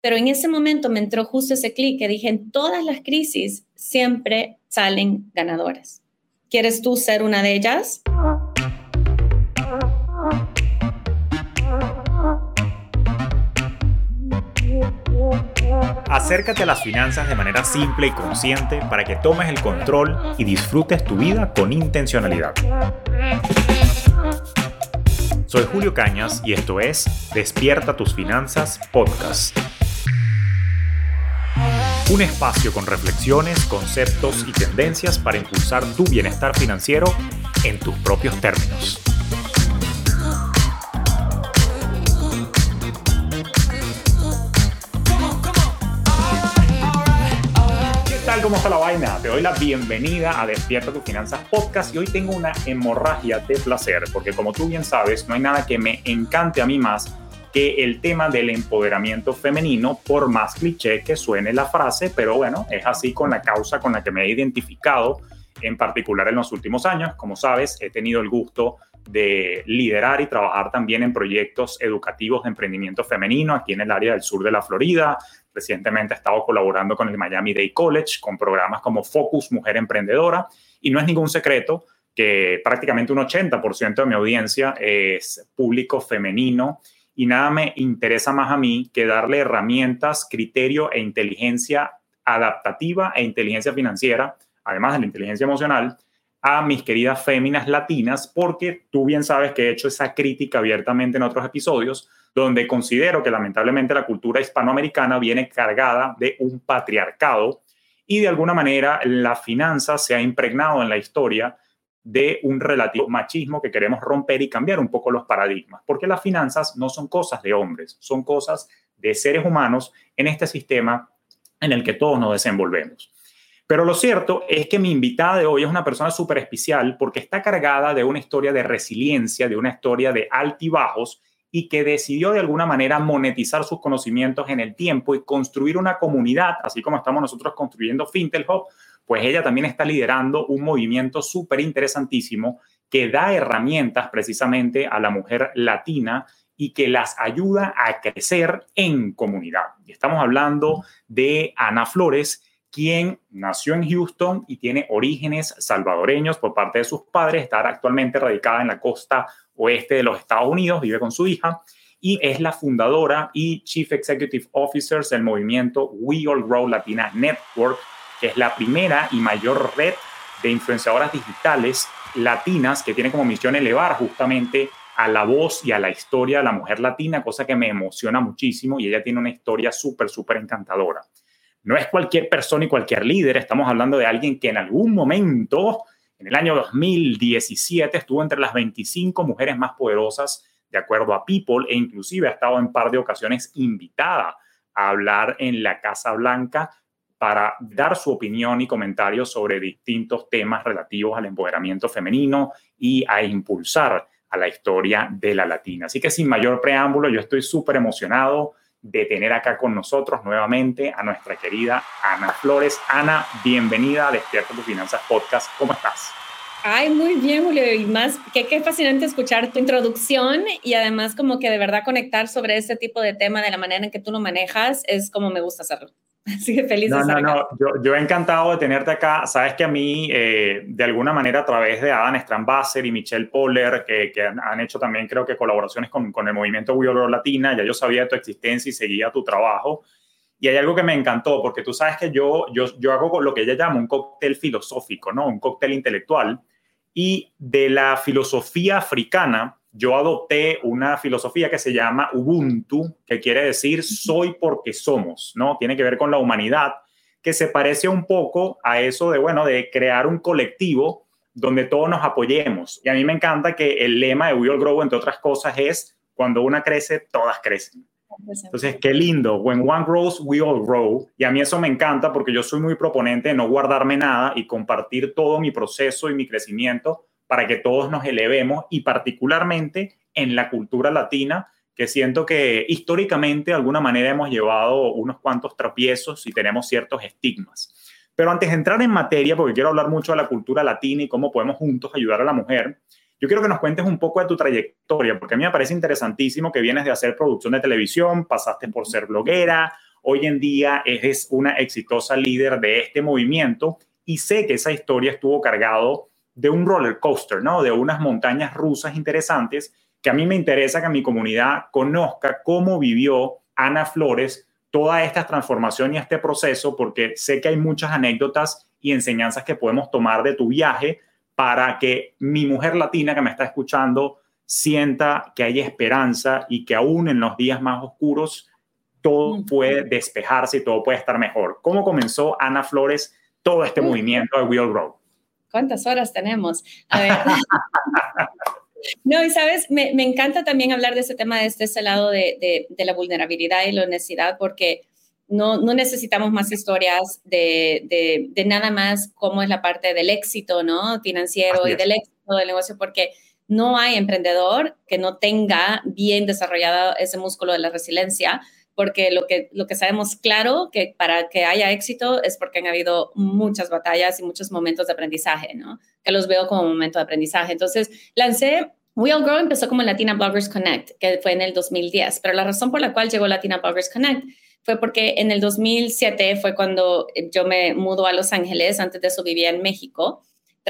Pero en ese momento me entró justo ese clic que dije, en todas las crisis siempre salen ganadoras. ¿Quieres tú ser una de ellas? Acércate a las finanzas de manera simple y consciente para que tomes el control y disfrutes tu vida con intencionalidad. Soy Julio Cañas y esto es Despierta tus Finanzas Podcast. Un espacio con reflexiones, conceptos y tendencias para impulsar tu bienestar financiero en tus propios términos. ¿Cómo está la vaina? Te doy la bienvenida a Despierta tus Finanzas Podcast y hoy tengo una hemorragia de placer porque, como tú bien sabes, no hay nada que me encante a mí más que el tema del empoderamiento femenino, por más cliché que suene la frase, pero bueno, es así con la causa con la que me he identificado en particular en los últimos años. Como sabes, he tenido el gusto de liderar y trabajar también en proyectos educativos de emprendimiento femenino aquí en el área del sur de la Florida. Recientemente he estado colaborando con el Miami-Dade College, con programas como Focus Mujer Emprendedora, y no es ningún secreto que prácticamente un 80% de mi audiencia es público femenino, y nada me interesa más a mí que darle herramientas, criterio e inteligencia adaptativa e inteligencia financiera, además de la inteligencia emocional, a mis queridas féminas latinas, porque tú bien sabes que he hecho esa crítica abiertamente en otros episodios, donde considero que lamentablemente la cultura hispanoamericana viene cargada de un patriarcado y de alguna manera la finanza se ha impregnado en la historia de un relativo machismo que queremos romper y cambiar un poco los paradigmas, porque las finanzas no son cosas de hombres, son cosas de seres humanos en este sistema en el que todos nos desenvolvemos. Pero lo cierto es que mi invitada de hoy es una persona súper especial porque está cargada de una historia de resiliencia, de una historia de altibajos, y que decidió de alguna manera monetizar sus conocimientos en el tiempo y construir una comunidad, así como estamos nosotros construyendo Fintel Hub, pues ella también está liderando un movimiento súper interesantísimo que da herramientas precisamente a la mujer latina y que las ayuda a crecer en comunidad. Y estamos hablando de Ana Flores, quien nació en Houston y tiene orígenes salvadoreños por parte de sus padres, está actualmente radicada en la costa oeste de los Estados Unidos, vive con su hija y es la fundadora y Chief Executive Officer del movimiento We All Grow Latina Network, que es la primera y mayor red de influenciadoras digitales latinas que tiene como misión elevar justamente a la voz y a la historia de la mujer latina, cosa que me emociona muchísimo, y ella tiene una historia súper encantadora. No es cualquier persona y cualquier líder, estamos hablando de alguien que en algún momento, en el año 2017, estuvo entre las 25 mujeres más poderosas de acuerdo a People, e inclusive ha estado en par de ocasiones invitada a hablar en la Casa Blanca para dar su opinión y comentarios sobre distintos temas relativos al empoderamiento femenino y a impulsar a la historia de la latina. Así que sin mayor preámbulo, yo estoy súper emocionado de tener acá con nosotros nuevamente a nuestra querida Ana Flores. Ana, bienvenida a Despierta tus Finanzas Podcast. ¿Cómo estás? Ay, muy bien, Julio, y más, qué fascinante escuchar tu introducción y además como que de verdad conectar sobre este tipo de tema de la manera en que tú lo manejas es como me gusta hacerlo. Así que feliz de estar acá. Yo encantado de tenerte acá. Sabes que a mí, de alguna manera, a través de Adam Strambasser y Michelle Poller, que han hecho también, creo que, colaboraciones con el movimiento We All Grow Latina, ya yo sabía de tu existencia y seguía tu trabajo. Y hay algo que me encantó, porque tú sabes que yo hago lo que ella llama un cóctel filosófico, ¿no? Un cóctel intelectual. Y de la filosofía africana, yo adopté una filosofía que se llama Ubuntu, que quiere decir soy porque somos, ¿no? Tiene que ver con la humanidad, que se parece un poco a eso de, bueno, de crear un colectivo donde todos nos apoyemos. Y a mí me encanta que el lema de We All Grow, entre otras cosas, es cuando una crece, todas crecen. Entonces, qué lindo. When one grows, we all grow. Y a mí eso me encanta porque yo soy muy proponente de no guardarme nada y compartir todo mi proceso y mi crecimiento para que todos nos elevemos, y particularmente en la cultura latina, que siento que históricamente de alguna manera hemos llevado unos cuantos tropiezos y tenemos ciertos estigmas. Pero antes de entrar en materia, porque quiero hablar mucho de la cultura latina y cómo podemos juntos ayudar a la mujer, yo quiero que nos cuentes un poco de tu trayectoria, porque a mí me parece interesantísimo que vienes de hacer producción de televisión, pasaste por ser bloguera, hoy en día eres una exitosa líder de este movimiento y sé que esa historia estuvo cargado de un roller coaster, ¿no? De unas montañas rusas interesantes que a mí me interesa que mi comunidad conozca cómo vivió Ana Flores toda esta transformación y este proceso, porque sé que hay muchas anécdotas y enseñanzas que podemos tomar de tu viaje para que mi mujer latina que me está escuchando sienta que hay esperanza y que aún en los días más oscuros todo puede despejarse y todo puede estar mejor. ¿Cómo comenzó Ana Flores todo este movimiento de We'll Grow? ¿Cuántas horas tenemos? A ver. No, y sabes, me encanta también hablar de ese tema desde ese lado de la vulnerabilidad y la honestidad, porque no necesitamos más historias de nada más cómo es la parte del éxito, ¿no? Financiero y del éxito del negocio, porque no hay emprendedor que no tenga bien desarrollado ese músculo de la resiliencia, porque lo que sabemos claro que para que haya éxito es porque han habido muchas batallas y muchos momentos de aprendizaje, ¿no? Que los veo como momento de aprendizaje. Entonces, lancé We'll Grow, empezó como Latina Bloggers Connect, que fue en el 2010, pero la razón por la cual llegó Latina Bloggers Connect fue porque en el 2007 fue cuando yo me mudó a Los Ángeles. Antes de eso vivía en México.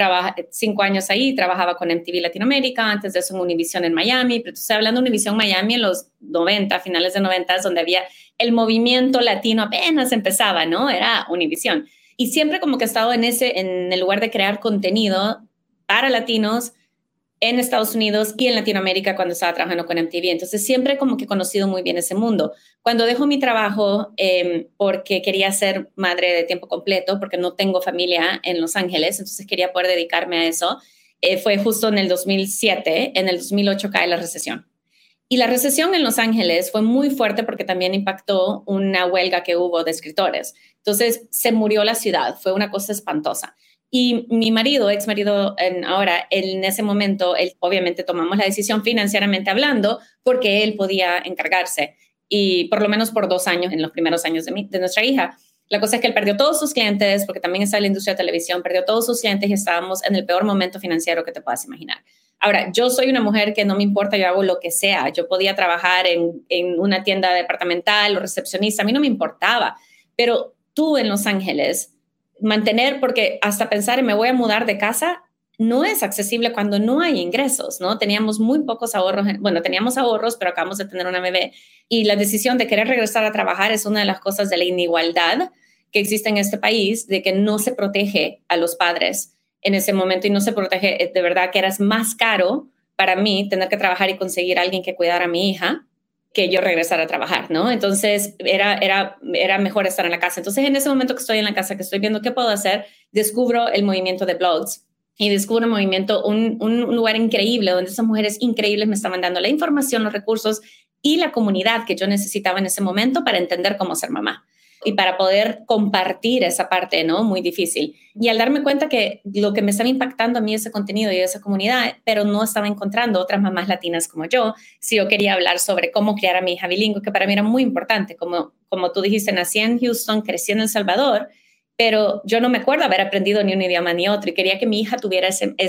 5 años ahí, trabajaba con MTV Latinoamérica, antes de eso en Univision en Miami, pero estoy hablando de Univision Miami en los 90, finales de 90, donde había el movimiento latino apenas empezaba, ¿no? Era Univision. Y siempre como que he estado en el lugar de crear contenido para latinos en Estados Unidos y en Latinoamérica cuando estaba trabajando con MTV. Entonces siempre como que he conocido muy bien ese mundo. Cuando dejo mi trabajo porque quería ser madre de tiempo completo, porque no tengo familia en Los Ángeles, entonces quería poder dedicarme a eso, fue justo en el 2007, en el 2008 cae la recesión. Y la recesión en Los Ángeles fue muy fuerte porque también impactó una huelga que hubo de escritores. Entonces se murió la ciudad, fue una cosa espantosa. Y mi marido, ex marido, ahora, en ese momento, él obviamente tomamos la decisión financieramente hablando porque él podía encargarse. Y por lo menos por 2 años, en los primeros años de nuestra hija. La cosa es que él perdió todos sus clientes, porque también está en la industria de televisión, perdió todos sus clientes y estábamos en el peor momento financiero que te puedas imaginar. Ahora, yo soy una mujer que no me importa, yo hago lo que sea. Yo podía trabajar en una tienda departamental o recepcionista, a mí no me importaba. Pero tú en Los Ángeles, mantener, porque hasta pensar en me voy a mudar de casa, no es accesible cuando no hay ingresos, ¿no? Teníamos muy pocos ahorros, bueno, teníamos ahorros, pero acabamos de tener una bebé. Y la decisión de querer regresar a trabajar es una de las cosas de la inigualdad que existe en este país, de que no se protege a los padres en ese momento y no se protege, de verdad que era más caro para mí tener que trabajar y conseguir a alguien que cuidara a mi hija que yo regresara a trabajar, ¿no? Entonces era mejor estar en la casa. Entonces en ese momento que estoy en la casa, que estoy viendo qué puedo hacer, descubro el movimiento de blogs y descubro un movimiento, un lugar increíble donde esas mujeres increíbles me estaban dando la información, los recursos y la comunidad que yo necesitaba en ese momento para entender cómo ser mamá y para poder compartir esa parte, ¿no? Muy difícil. Y al darme cuenta que lo que me estaba impactando a mí ese contenido y esa comunidad, pero no estaba encontrando otras mamás latinas como yo, si yo quería hablar sobre cómo criar a mi hija bilingüe, que para mí era muy importante. Como tú dijiste, nací en Houston, crecí en El Salvador, pero yo no me acuerdo haber aprendido ni un idioma ni otro y quería que mi hija tuviera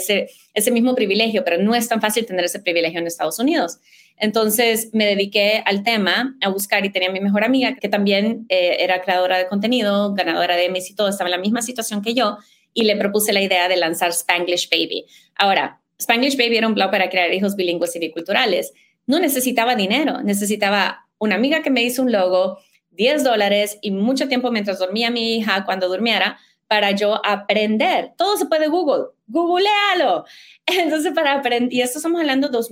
ese mismo privilegio, pero no es tan fácil tener ese privilegio en Estados Unidos. Entonces me dediqué al tema, a buscar, y tenía a mi mejor amiga que también era creadora de contenido, ganadora de Emmys y todo, estaba en la misma situación que yo, y le propuse la idea de lanzar Spanglish Baby. Ahora, Spanglish Baby era un blog para crear hijos bilingües y biculturales. No necesitaba dinero, necesitaba una amiga que me hizo un logo, $10 y mucho tiempo mientras dormía mi hija, cuando durmiera, para yo aprender. Todo se puede googlealo. Entonces, para aprender, y esto estamos hablando de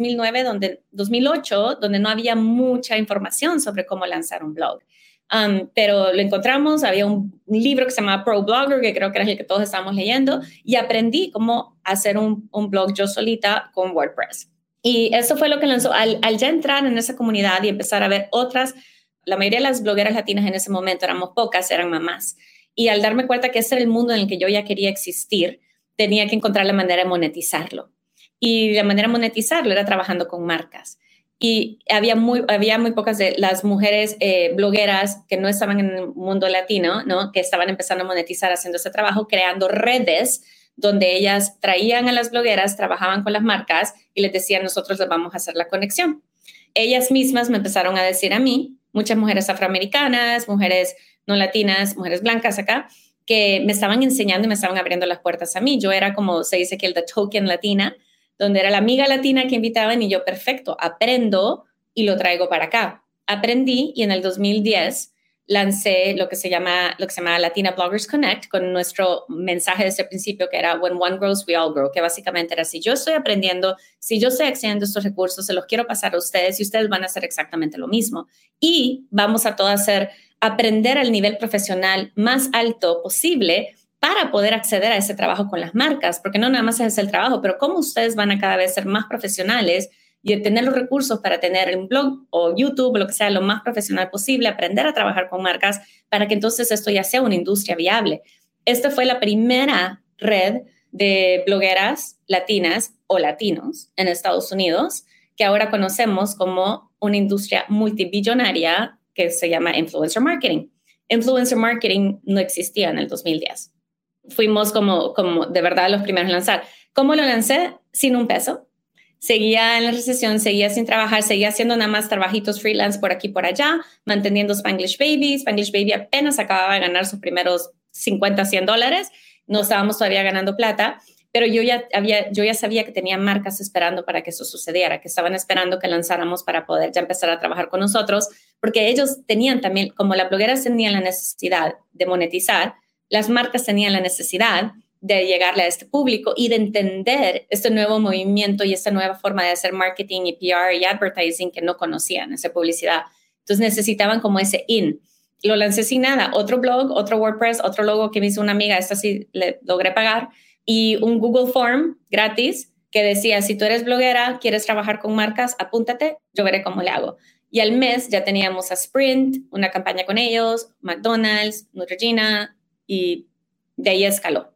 2008, donde no había mucha información sobre cómo lanzar un blog. Pero lo encontramos, había un libro que se llamaba Pro Blogger, que creo que era el que todos estábamos leyendo, y aprendí cómo hacer un blog yo solita con WordPress. Y eso fue lo que lanzó. Al ya entrar en esa comunidad y empezar a ver otras, la mayoría de las blogueras latinas en ese momento, éramos pocas, eran mamás. Y al darme cuenta que ese era el mundo en el que yo ya quería existir, tenía que encontrar la manera de monetizarlo. Y la manera de monetizarlo era trabajando con marcas. Y había muy pocas de las mujeres blogueras que no estaban en el mundo latino, ¿no? Que estaban empezando a monetizar haciendo ese trabajo, creando redes donde ellas traían a las blogueras, trabajaban con las marcas y les decían, nosotros les vamos a hacer la conexión. Ellas mismas me empezaron a decir a mí, muchas mujeres afroamericanas, mujeres no latinas, mujeres blancas acá, que me estaban enseñando y me estaban abriendo las puertas a mí. Yo era como se dice que the token latina, donde era la amiga latina que invitaban y yo, perfecto, aprendo y lo traigo para acá. Aprendí y en el 2010 lancé lo que se llama Latina Bloggers Connect con nuestro mensaje desde el principio que era When one grows, we all grow, que básicamente era si yo estoy aprendiendo, si yo estoy accediendo a estos recursos, se los quiero pasar a ustedes y ustedes van a hacer exactamente lo mismo. Y vamos a todas aprender al nivel profesional más alto posible para poder acceder a ese trabajo con las marcas, porque no nada más es el trabajo, pero cómo ustedes van a cada vez ser más profesionales y tener los recursos para tener un blog o YouTube, lo que sea, lo más profesional posible, aprender a trabajar con marcas para que entonces esto ya sea una industria viable. Esta fue la primera red de blogueras latinas o latinos en Estados Unidos que ahora conocemos como una industria multibillonaria que se llama influencer marketing. Influencer marketing no existía en el 2010. Fuimos como de verdad los primeros en lanzar. ¿Cómo lo lancé? Sin un peso. Seguía en la recesión, seguía sin trabajar, seguía haciendo nada más trabajitos freelance por aquí por allá, manteniendo Spanglish Baby. Spanglish Baby apenas acababa de ganar sus primeros $50, $100. No estábamos todavía ganando plata, pero yo ya sabía que tenía marcas esperando para que eso sucediera, que estaban esperando que lanzáramos para poder ya empezar a trabajar con nosotros, porque ellos tenían también, como las blogueras tenían la necesidad de monetizar, las marcas tenían la necesidad de llegarle a este público y de entender este nuevo movimiento y esta nueva forma de hacer marketing y PR y advertising que no conocían, esa publicidad. Entonces necesitaban como ese in. Lo lancé sin nada, otro blog, otro WordPress, otro logo que me hizo una amiga, esta sí le logré pagar, y un Google Form gratis que decía, si tú eres bloguera, quieres trabajar con marcas, apúntate, yo veré cómo le hago. Y al mes ya teníamos a Sprint, una campaña con ellos, McDonald's, Neutrogena, y de ahí escaló.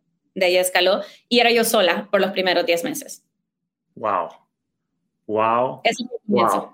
Y era yo sola por los primeros 10 meses. Wow. Wow. Eso wow.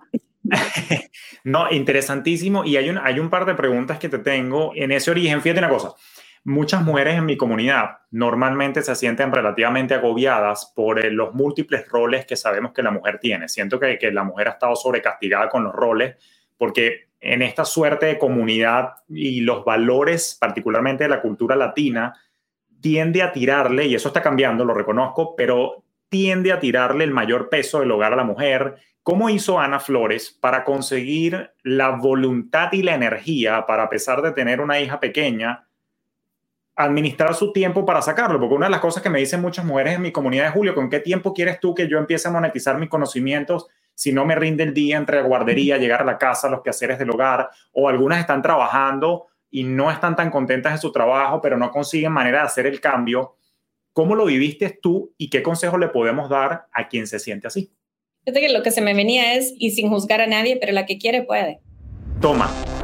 No, interesantísimo. Y hay un par de preguntas que te tengo en ese origen. Fíjate una cosa. Muchas mujeres en mi comunidad normalmente se sienten relativamente agobiadas por los múltiples roles que sabemos que la mujer tiene. Siento que la mujer ha estado sobrecastigada con los roles porque en esta suerte de comunidad y los valores, particularmente de la cultura latina, tiende a tirarle, y eso está cambiando, lo reconozco, pero tiende a tirarle el mayor peso del hogar a la mujer. ¿Cómo hizo Ana Flores para conseguir la voluntad y la energía para, a pesar de tener una hija pequeña, administrar su tiempo para sacarlo? Porque una de las cosas que me dicen muchas mujeres en mi comunidad es, Julio, ¿con qué tiempo quieres tú que yo empiece a monetizar mis conocimientos si no me rinde el día entre la guardería, llegar a la casa, los quehaceres del hogar? O algunas están trabajando y no están tan contentas de su trabajo, pero no consiguen manera de hacer el cambio. ¿Cómo lo viviste tú y qué consejo le podemos dar a quien se siente así? Fíjate que lo que se me venía es, y sin juzgar a nadie, pero la que quiere puede. Toma.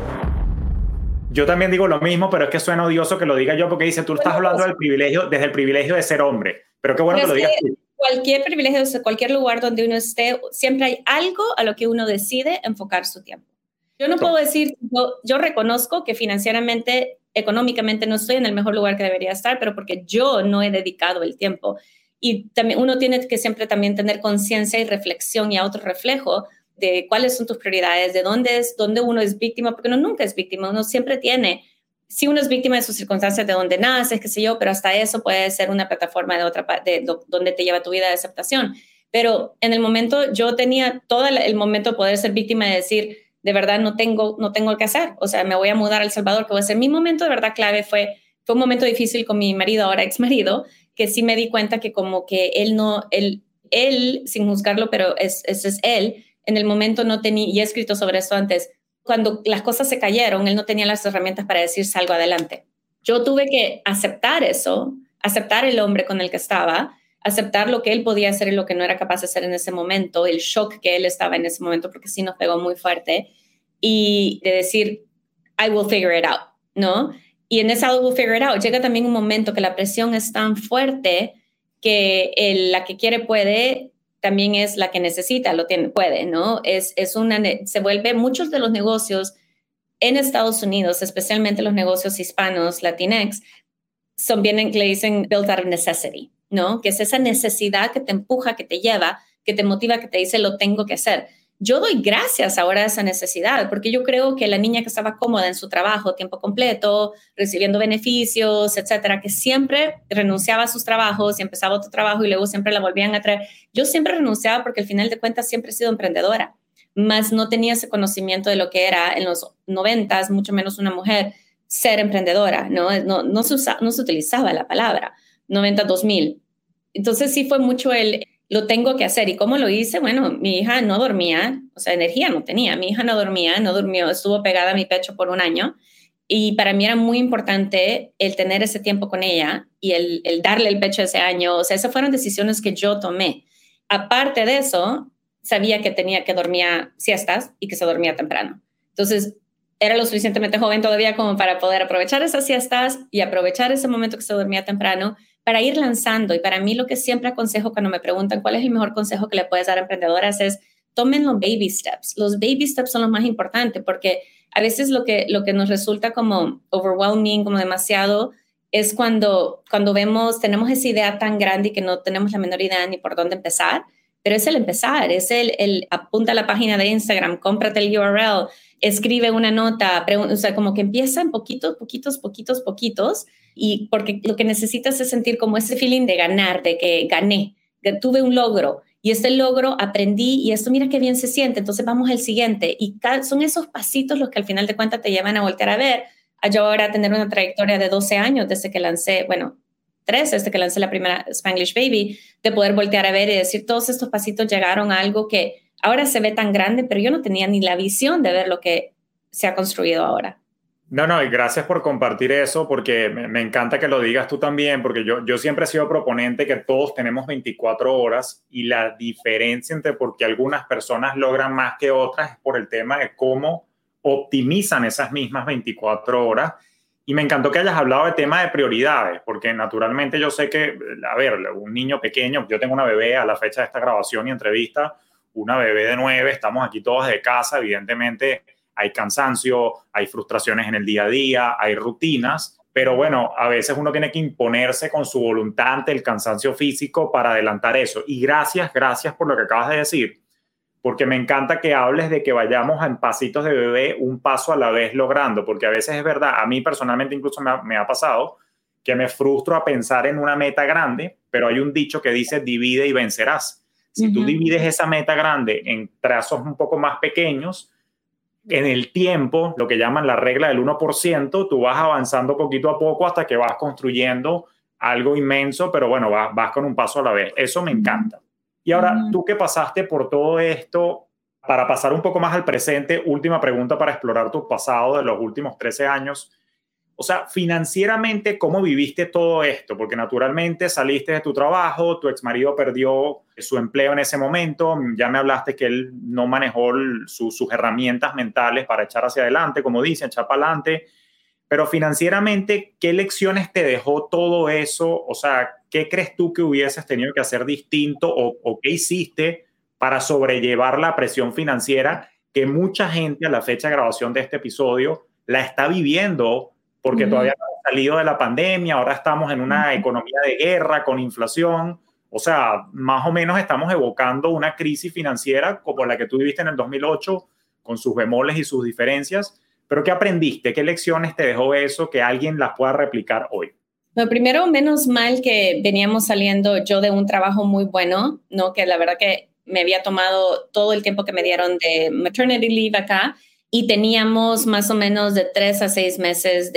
Yo también digo lo mismo, pero es que suena odioso que lo diga yo porque dice, tú estás hablando del privilegio, desde el privilegio de ser hombre. Pero qué bueno que lo digas tú. Cualquier privilegio, cualquier lugar donde uno esté, siempre hay algo a lo que uno decide enfocar su tiempo. Yo no puedo decir, yo reconozco que financieramente, económicamente no estoy en el mejor lugar que debería estar, pero porque yo no he dedicado el tiempo. Y también uno tiene que siempre también tener conciencia y reflexión y autorreflejo de cuáles son tus prioridades, de dónde uno es víctima, porque uno nunca es víctima, uno siempre tiene, si uno es víctima de sus circunstancias, de donde naces, qué sé yo, pero hasta eso puede ser una plataforma de donde te lleva tu vida de aceptación. Pero en el momento, yo tenía todo el momento de poder ser víctima y decir, de verdad no tengo qué hacer, o sea, me voy a mudar a El Salvador, que va a ser mi momento de verdad clave. Fue un momento difícil con mi marido, ahora ex marido, que sí me di cuenta que como que él sin juzgarlo, pero ese es él, en el momento no tenía, y he escrito sobre esto antes, cuando las cosas se cayeron, él no tenía las herramientas para decir salgo adelante. Yo tuve que aceptar eso, aceptar el hombre con el que estaba, aceptar lo que él podía hacer y lo que no era capaz de hacer en ese momento, el shock que él estaba en ese momento, porque sí nos pegó muy fuerte, y de decir, I will figure it out, ¿no? Y en ese I will figure it out llega también un momento que la presión es tan fuerte que la que quiere puede, también es la que necesita, puede, ¿no? Se vuelve, muchos de los negocios en Estados Unidos, especialmente los negocios hispanos, Latinx, le dicen built out of necessity, ¿no? Que es esa necesidad que te empuja, que te lleva, que te motiva, que te dice lo tengo que hacer. yo doy gracias ahora a esa necesidad, porque yo creo que la niña que estaba cómoda en su trabajo, tiempo completo, recibiendo beneficios, etcétera, que siempre renunciaba a sus trabajos y empezaba otro trabajo y luego siempre la volvían a traer. Yo siempre renunciaba porque al final de cuentas siempre he sido emprendedora, más no tenía ese conocimiento de lo que era en los 90s, mucho menos una mujer, ser emprendedora, ¿no? No se utilizaba la palabra, 90, 2000. Entonces sí fue mucho lo tengo que hacer. ¿Y cómo lo hice? Bueno, mi hija no dormía, o sea, energía no tenía. Mi hija no dormía, no durmió, estuvo pegada a mi pecho por un año. Y para mí era muy importante el tener ese tiempo con ella y el darle el pecho ese año. O sea, esas fueron decisiones que yo tomé. Aparte de eso, sabía que dormía siestas y que se dormía temprano. Entonces, era lo suficientemente joven todavía como para poder aprovechar esas siestas y aprovechar ese momento que se dormía temprano para ir lanzando. Y para mí lo que siempre aconsejo cuando me preguntan cuál es el mejor consejo que le puedes dar a emprendedoras es tomen los baby steps. Los baby steps son lo más importante porque a veces lo que nos resulta como overwhelming, como demasiado, es cuando tenemos esa idea tan grande y que no tenemos la menor idea ni por dónde empezar, pero es el empezar, es el apunta a la página de Instagram, cómprate el URL, escribe una nota, o sea, como que empieza en poquitos, y porque lo que necesitas es sentir como ese feeling de ganar, de que gané, que tuve un logro, y este logro aprendí, y esto mira qué bien se siente, entonces vamos al siguiente, y son esos pasitos los que al final de cuentas te llevan a voltear a ver, a yo ahora tener una trayectoria de 12 años desde que lancé, bueno, 3 desde que lancé la primera Spanglish Baby, de poder voltear a ver y decir, todos estos pasitos llegaron a algo que ahora se ve tan grande, pero yo no tenía ni la visión de ver lo que se ha construido ahora. No, y gracias por compartir eso, porque me encanta que lo digas tú también, porque yo siempre he sido proponente que todos tenemos 24 horas y la diferencia entre por qué algunas personas logran más que otras es por el tema de cómo optimizan esas mismas 24 horas. Y me encantó que hayas hablado de tema de prioridades, porque naturalmente yo sé que, a ver, un niño pequeño, yo tengo una bebé a la fecha de esta grabación y entrevista, una bebé de 9, estamos aquí todos de casa, evidentemente hay cansancio, hay frustraciones en el día a día, hay rutinas, pero bueno, a veces uno tiene que imponerse con su voluntad ante el cansancio físico para adelantar eso. Y gracias por lo que acabas de decir, porque me encanta que hables de que vayamos en pasitos de bebé, un paso a la vez logrando, porque a veces es verdad, a mí personalmente incluso me ha pasado que me frustro a pensar en una meta grande, pero hay un dicho que dice divide y vencerás. Si tú divides esa meta grande en trazos un poco más pequeños, en el tiempo, lo que llaman la regla del 1%, tú vas avanzando poquito a poco hasta que vas construyendo algo inmenso, pero bueno, vas con un paso a la vez. Eso me encanta. Y ahora, tú que pasaste por todo esto, para pasar un poco más al presente, última pregunta para explorar tu pasado de los últimos 13 años. O sea, financieramente, ¿cómo viviste todo esto? Porque naturalmente saliste de tu trabajo, tu exmarido perdió su empleo en ese momento, ya me hablaste que él no manejó sus herramientas mentales para echar hacia adelante, como dicen, echar para adelante, pero financieramente, ¿qué lecciones te dejó todo eso? O sea, ¿qué crees tú que hubieses tenido que hacer distinto o qué hiciste para sobrellevar la presión financiera que mucha gente a la fecha de grabación de este episodio la está viviendo? Porque todavía no hemos salido de la pandemia, ahora estamos en una economía de guerra con inflación, o sea, más o menos estamos evocando una crisis financiera como la que tú viviste en el 2008, con sus bemoles y sus diferencias, pero ¿qué aprendiste? ¿Qué lecciones te dejó eso que alguien las pueda replicar hoy? Bueno, primero, menos mal que veníamos saliendo yo de un trabajo muy bueno, ¿no? Que la verdad que me había tomado todo el tiempo que me dieron de maternity leave acá, y teníamos más o menos de 3 a 6 meses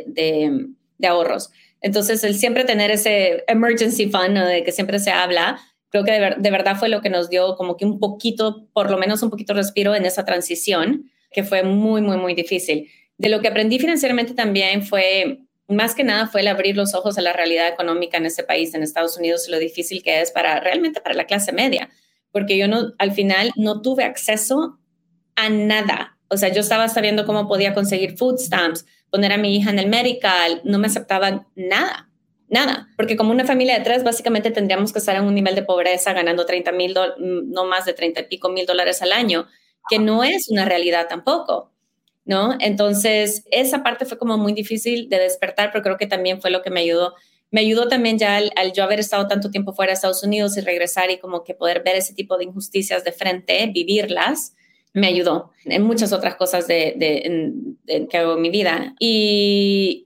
de ahorros. Entonces, el siempre tener ese emergency fund, ¿no? De que siempre se habla, creo que de verdad fue lo que nos dio como que un poquito, por lo menos un poquito respiro en esa transición, que fue muy, muy, muy difícil. De lo que aprendí financieramente también fue, más que nada, fue el abrir los ojos a la realidad económica en ese país, en Estados Unidos, y lo difícil que es realmente para la clase media, porque yo al final no tuve acceso a nada. O sea, yo estaba sabiendo cómo podía conseguir food stamps, poner a mi hija en el medical, no me aceptaban nada, porque como una familia de 3, básicamente tendríamos que estar en un nivel de pobreza ganando no más de 30 y pico mil dólares al año, que no es una realidad tampoco, ¿no? Entonces, esa parte fue como muy difícil de despertar, pero creo que también fue lo que me ayudó me ayudó también ya al yo haber estado tanto tiempo fuera de Estados Unidos y regresar y como que poder ver ese tipo de injusticias de frente, vivirlas, me ayudó en muchas otras cosas que hago en mi vida. Y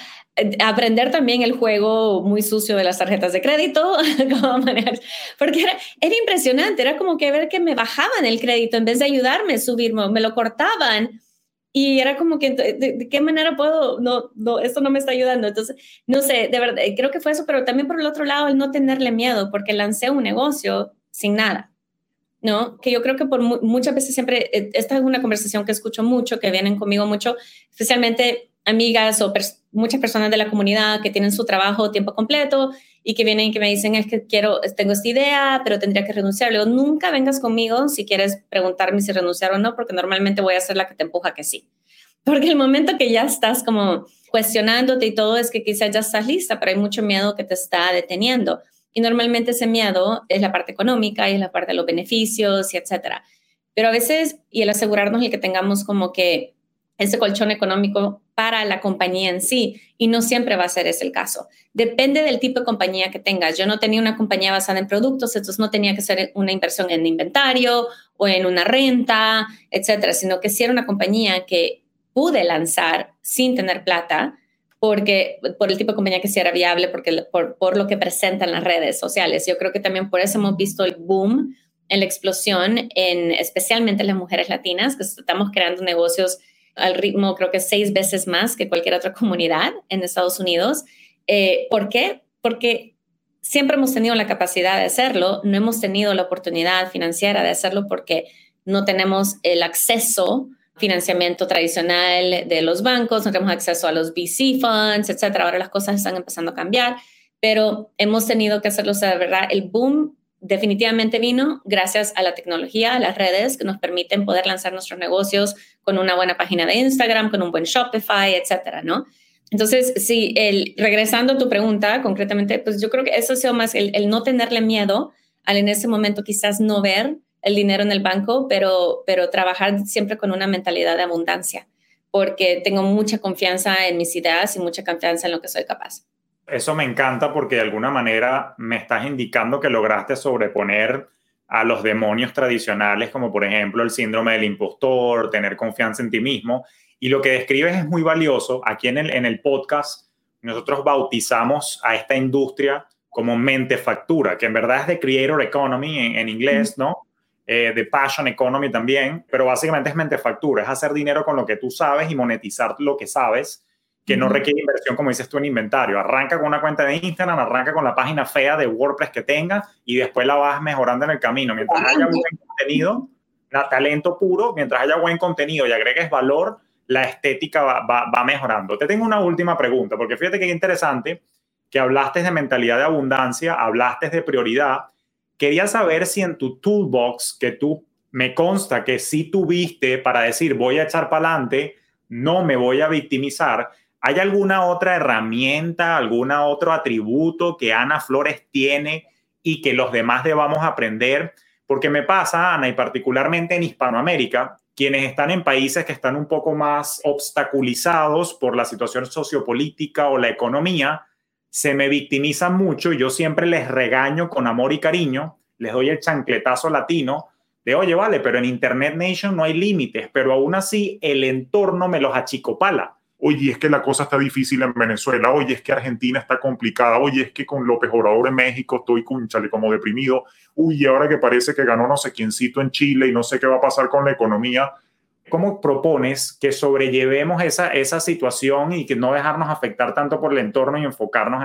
aprender también el juego muy sucio de las tarjetas de crédito, cómo manejar, porque era impresionante, era como que ver que me bajaban el crédito en vez de ayudarme a subirme, me lo cortaban. Y era como que, ¿de qué manera puedo? No, esto no me está ayudando. Entonces, no sé, de verdad, creo que fue eso, pero también por el otro lado, el no tenerle miedo, porque lancé un negocio sin nada, ¿no? Que yo creo que por muchas veces siempre, esta es una conversación que escucho mucho, que vienen conmigo mucho, especialmente amigas o muchas personas de la comunidad que tienen su trabajo tiempo completo y que vienen y que me dicen, es que tengo esta idea, pero tendría que renunciar. Le digo, nunca vengas conmigo si quieres preguntarme si renunciar o no, porque normalmente voy a ser la que te empuja que sí. Porque el momento que ya estás como cuestionándote y todo es que quizás ya estás lista, pero hay mucho miedo que te está deteniendo. Y normalmente ese miedo es la parte económica y es la parte de los beneficios y etcétera. Pero a veces, y el asegurarnos el que tengamos como que ese colchón económico para la compañía en sí, y no siempre va a ser ese el caso. Depende del tipo de compañía que tengas. Yo no tenía una compañía basada en productos, entonces no tenía que ser una inversión en inventario o en una renta, etcétera, sino que sí era una compañía que pude lanzar sin tener plata, porque por el tipo de compañía que sí era viable, por lo que presentan las redes sociales. Yo creo que también por eso hemos visto el boom en la explosión, especialmente en las mujeres latinas, que estamos creando negocios al ritmo, creo que 6 veces más que cualquier otra comunidad en Estados Unidos. ¿Por qué? Porque siempre hemos tenido la capacidad de hacerlo, no hemos tenido la oportunidad financiera de hacerlo porque no tenemos el acceso financiamiento tradicional de los bancos, no tenemos acceso a los VC funds, etcétera. Ahora las cosas están empezando a cambiar, pero hemos tenido que hacerlo. O sea, de verdad, el boom definitivamente vino gracias a la tecnología, a las redes que nos permiten poder lanzar nuestros negocios con una buena página de Instagram, con un buen Shopify, etcétera, ¿no? Entonces, sí, regresando a tu pregunta concretamente, pues yo creo que eso ha sido más el no tenerle miedo al en ese momento quizás no ver el dinero en el banco, pero trabajar siempre con una mentalidad de abundancia, porque tengo mucha confianza en mis ideas y mucha confianza en lo que soy capaz. Eso me encanta porque de alguna manera me estás indicando que lograste sobreponer a los demonios tradicionales, como por ejemplo el síndrome del impostor, tener confianza en ti mismo. Y lo que describes es muy valioso. Aquí en el podcast nosotros bautizamos a esta industria como mentefactura, que en verdad es de creator economy en inglés, ¿no? De passion economy también, pero básicamente es mentefactura, es hacer dinero con lo que tú sabes y monetizar lo que sabes, que no requiere inversión, como dices tú, en inventario. Arranca con una cuenta de Instagram, arranca con la página fea de WordPress que tenga y después la vas mejorando en el camino. Mientras haya buen contenido, talento puro, mientras haya buen contenido y agregues valor, la estética va mejorando. Te tengo una última pregunta, porque fíjate que es interesante que hablaste de mentalidad de abundancia, hablaste de prioridad. Quería saber si en tu toolbox, que tú me consta que sí tuviste para decir voy a echar para adelante, no me voy a victimizar, ¿hay alguna otra herramienta, algún otro atributo que Ana Flores tiene y que los demás debamos aprender? Porque me pasa, Ana, y particularmente en Hispanoamérica, quienes están en países que están un poco más obstaculizados por la situación sociopolítica o la economía, se me victimizan mucho y yo siempre les regaño con amor y cariño, les doy el chancletazo latino de, oye, vale, pero en Internet Nation no hay límites, pero aún así el entorno me los achicopala. Oye, es que la cosa está difícil en Venezuela, oye, es que Argentina está complicada, oye, es que con López Obrador en México estoy, cúnchale, como deprimido, uy, ahora que parece que ganó no sé quiéncito en Chile y no sé qué va a pasar con la economía. ¿Cómo propones que sobrellevemos esa situación y que no dejarnos afectar tanto por el entorno y enfocarnos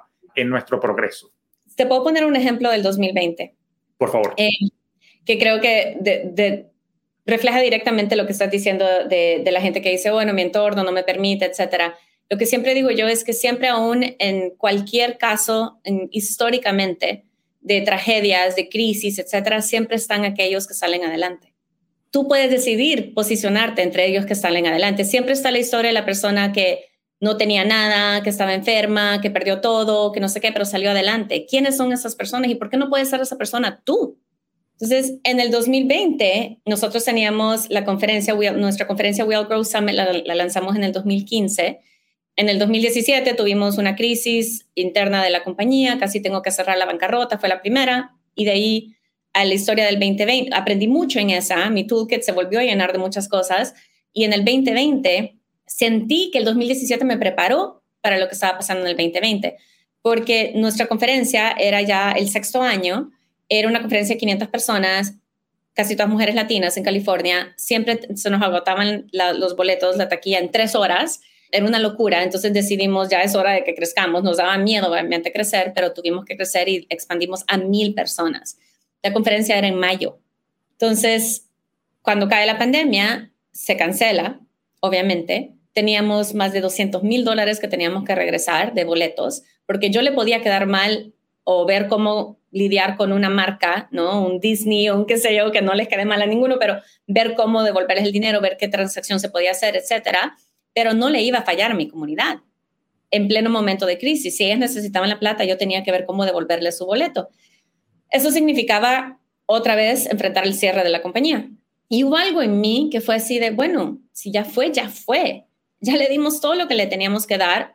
en nuestro progreso? Te puedo poner un ejemplo del 2020. Por favor. Que creo que refleja directamente lo que estás diciendo de la gente que dice, bueno, mi entorno no me permite, etcétera. Lo que siempre digo yo es que siempre aún en cualquier caso, históricamente, de tragedias, de crisis, etcétera, siempre están aquellos que salen adelante. Tú puedes decidir posicionarte entre ellos que salen adelante. Siempre está la historia de la persona que no tenía nada, que estaba enferma, que perdió todo, que no sé qué, pero salió adelante. ¿Quiénes son esas personas y por qué no puedes ser esa persona tú? Entonces, en el 2020, nosotros teníamos nuestra conferencia We'll Grow Summit, la lanzamos en el 2015. En el 2017 tuvimos una crisis interna de la compañía, casi tengo que cerrar la bancarrota, fue la primera, y de ahí a la historia del 2020, aprendí mucho en esa, mi toolkit se volvió a llenar de muchas cosas, y en el 2020 sentí que el 2017 me preparó para lo que estaba pasando en el 2020, porque nuestra conferencia era ya el 6º año, era una conferencia de 500 personas, casi todas mujeres latinas en California, siempre se nos agotaban los boletos, la taquilla en 3 horas, era una locura, entonces decidimos ya es hora de que crezcamos, nos daba miedo obviamente crecer, pero tuvimos que crecer y expandimos a 1,000 personas. La conferencia era en mayo, entonces cuando cae la pandemia se cancela, obviamente, teníamos más de $200,000 que teníamos que regresar de boletos, porque yo le podía quedar mal o ver cómo lidiar con una marca, ¿no? Un Disney o un qué sé yo, que no les quede mal a ninguno, pero ver cómo devolverles el dinero, ver qué transacción se podía hacer, etcétera. Pero no le iba a fallar a mi comunidad en pleno momento de crisis. Si ellas necesitaban la plata, yo tenía que ver cómo devolverles su boleto. Eso significaba otra vez enfrentar el cierre de la compañía. Y hubo algo en mí que fue así de, bueno, si ya fue, ya fue. Ya le dimos todo lo que le teníamos que dar.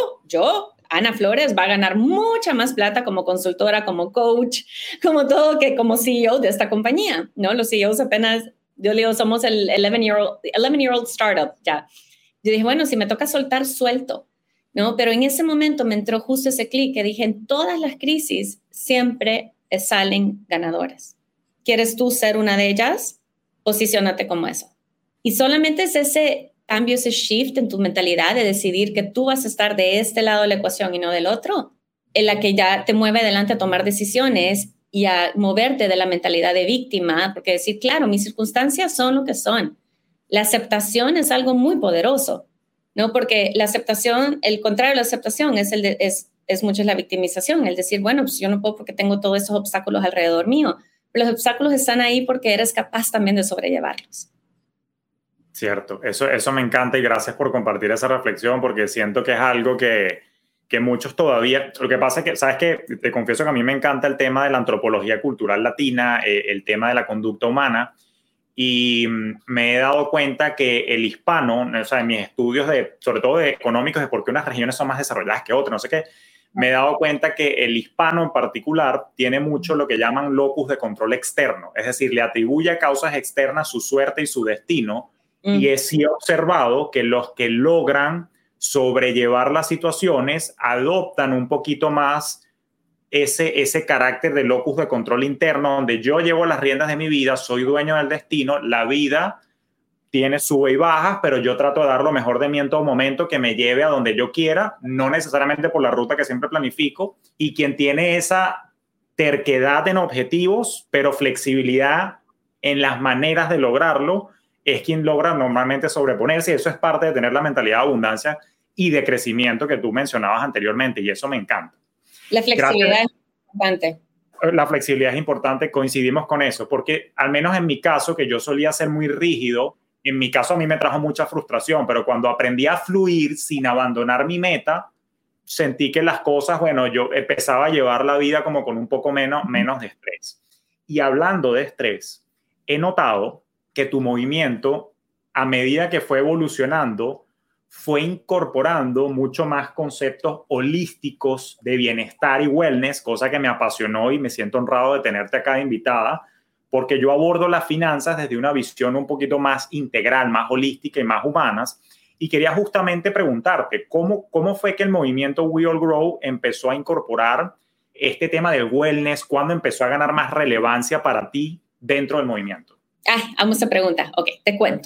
Ana Flores, va a ganar mucha más plata como consultora, como coach, como todo, que como CEO de esta compañía, ¿no? Los CEOs apenas, yo digo, somos el 11-year-old startup, ya. Yo dije, bueno, si me toca soltar, suelto, ¿no? Pero en ese momento me entró justo ese clic que dije, en todas las crisis siempre salen ganadores. ¿Quieres tú ser una de ellas? Posiciónate como eso. Y solamente es ese cambio, ese shift en tu mentalidad de decidir que tú vas a estar de este lado de la ecuación y no del otro, en la que ya te mueve adelante a tomar decisiones y a moverte de la mentalidad de víctima, porque decir, claro, mis circunstancias son lo que son. La aceptación es algo muy poderoso, ¿no? Porque la aceptación, el contrario de la aceptación es mucho la victimización, el decir, bueno, pues yo no puedo porque tengo todos esos obstáculos alrededor mío, pero los obstáculos están ahí porque eres capaz también de sobrellevarlos. Cierto, eso me encanta y gracias por compartir esa reflexión porque siento que es algo que muchos todavía, lo que pasa es que, ¿sabes qué? Te confieso que a mí me encanta el tema de la antropología cultural latina, el tema de la conducta humana y me he dado cuenta que el hispano, o sea, en mis estudios sobre todo de económicos, de por qué unas regiones son más desarrolladas que otras, no sé qué, me he dado cuenta que el hispano en particular tiene mucho lo que llaman locus de control externo, es decir, le atribuye a causas externas su suerte y su destino. Y he observado que los que logran sobrellevar las situaciones adoptan un poquito más ese carácter de locus de control interno, donde yo llevo las riendas de mi vida, soy dueño del destino, la vida tiene sube y bajas, pero yo trato de dar lo mejor de mí en todo momento, que me lleve a donde yo quiera, no necesariamente por la ruta que siempre planifico, y quien tiene esa terquedad en objetivos, pero flexibilidad en las maneras de lograrlo, es quien logra normalmente sobreponerse y eso es parte de tener la mentalidad de abundancia y de crecimiento que tú mencionabas anteriormente y eso me encanta. La flexibilidad es importante. La flexibilidad es importante, coincidimos con eso, porque al menos en mi caso, que yo solía ser muy rígido, en mi caso a mí me trajo mucha frustración, pero cuando aprendí a fluir sin abandonar mi meta, sentí que las cosas, bueno, yo empezaba a llevar la vida como con un poco menos de estrés. Y hablando de estrés, he notado que tu movimiento, a medida que fue evolucionando, fue incorporando mucho más conceptos holísticos de bienestar y wellness, cosa que me apasionó y me siento honrado de tenerte acá de invitada, porque yo abordo las finanzas desde una visión un poquito más integral, más holística y más humanas. Y quería justamente preguntarte, ¿cómo fue que el movimiento We All Grow empezó a incorporar este tema del wellness? ¿Cuándo empezó a ganar más relevancia para ti dentro del movimiento? Vamos a preguntar. Ok, te cuento.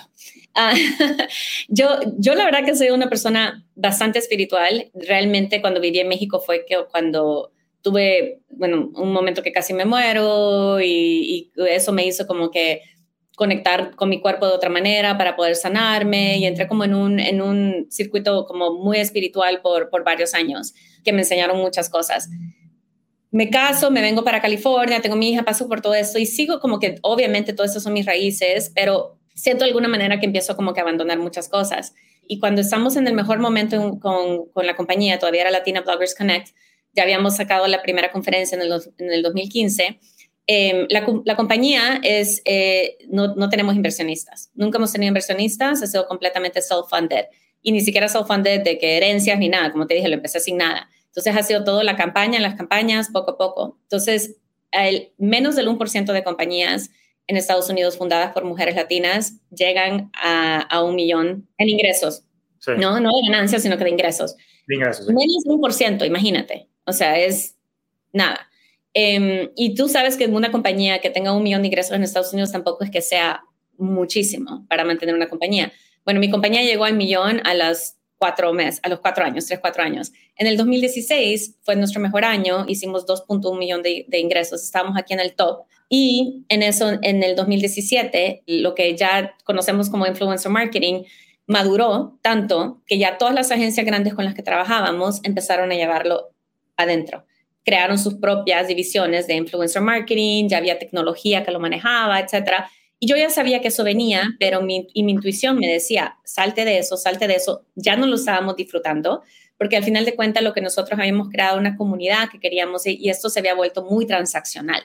Yo la verdad que soy una persona bastante espiritual. Realmente cuando viví en México fue que cuando tuve, bueno, un momento que casi me muero y eso me hizo como que conectar con mi cuerpo de otra manera para poder sanarme y entré como en un circuito como muy espiritual por varios años que me enseñaron muchas cosas. Me caso, me vengo para California, tengo mi hija, paso por todo esto y sigo como que obviamente todo eso son mis raíces, pero siento de alguna manera que empiezo como que a abandonar muchas cosas. Y cuando estamos en el mejor momento con la compañía, todavía era Latina Bloggers Connect, ya habíamos sacado la primera conferencia en el 2015. La compañía no tenemos inversionistas. Nunca hemos tenido inversionistas, ha sido completamente self-funded. y ni siquiera self-funded de que herencias ni nada, como te dije, lo empecé sin nada. Entonces ha sido todo la campaña, las campañas, poco a poco. Entonces, menos del 1% de compañías en Estados Unidos fundadas por mujeres latinas llegan a 1 millón en ingresos. Sí. No de ganancias, sino que de ingresos. De ingresos, sí. Menos del 1%, imagínate. O sea, es nada. Y tú sabes que una compañía que tenga 1 millón de ingresos en Estados Unidos tampoco es que sea muchísimo para mantener una compañía. Bueno, mi compañía llegó al millón a los 4 años, 3-4 años. En el 2016 fue nuestro mejor año, hicimos 2.1 millón de ingresos, estábamos aquí en el top. Y en el 2017, lo que ya conocemos como influencer marketing, maduró tanto que ya todas las agencias grandes con las que trabajábamos empezaron a llevarlo adentro. Crearon sus propias divisiones de influencer marketing, ya había tecnología que lo manejaba, etcétera. Y yo ya sabía que eso venía, pero mi intuición me decía, salte de eso, ya no lo estábamos disfrutando, porque al final de cuentas lo que nosotros habíamos creado una comunidad que queríamos, y esto se había vuelto muy transaccional.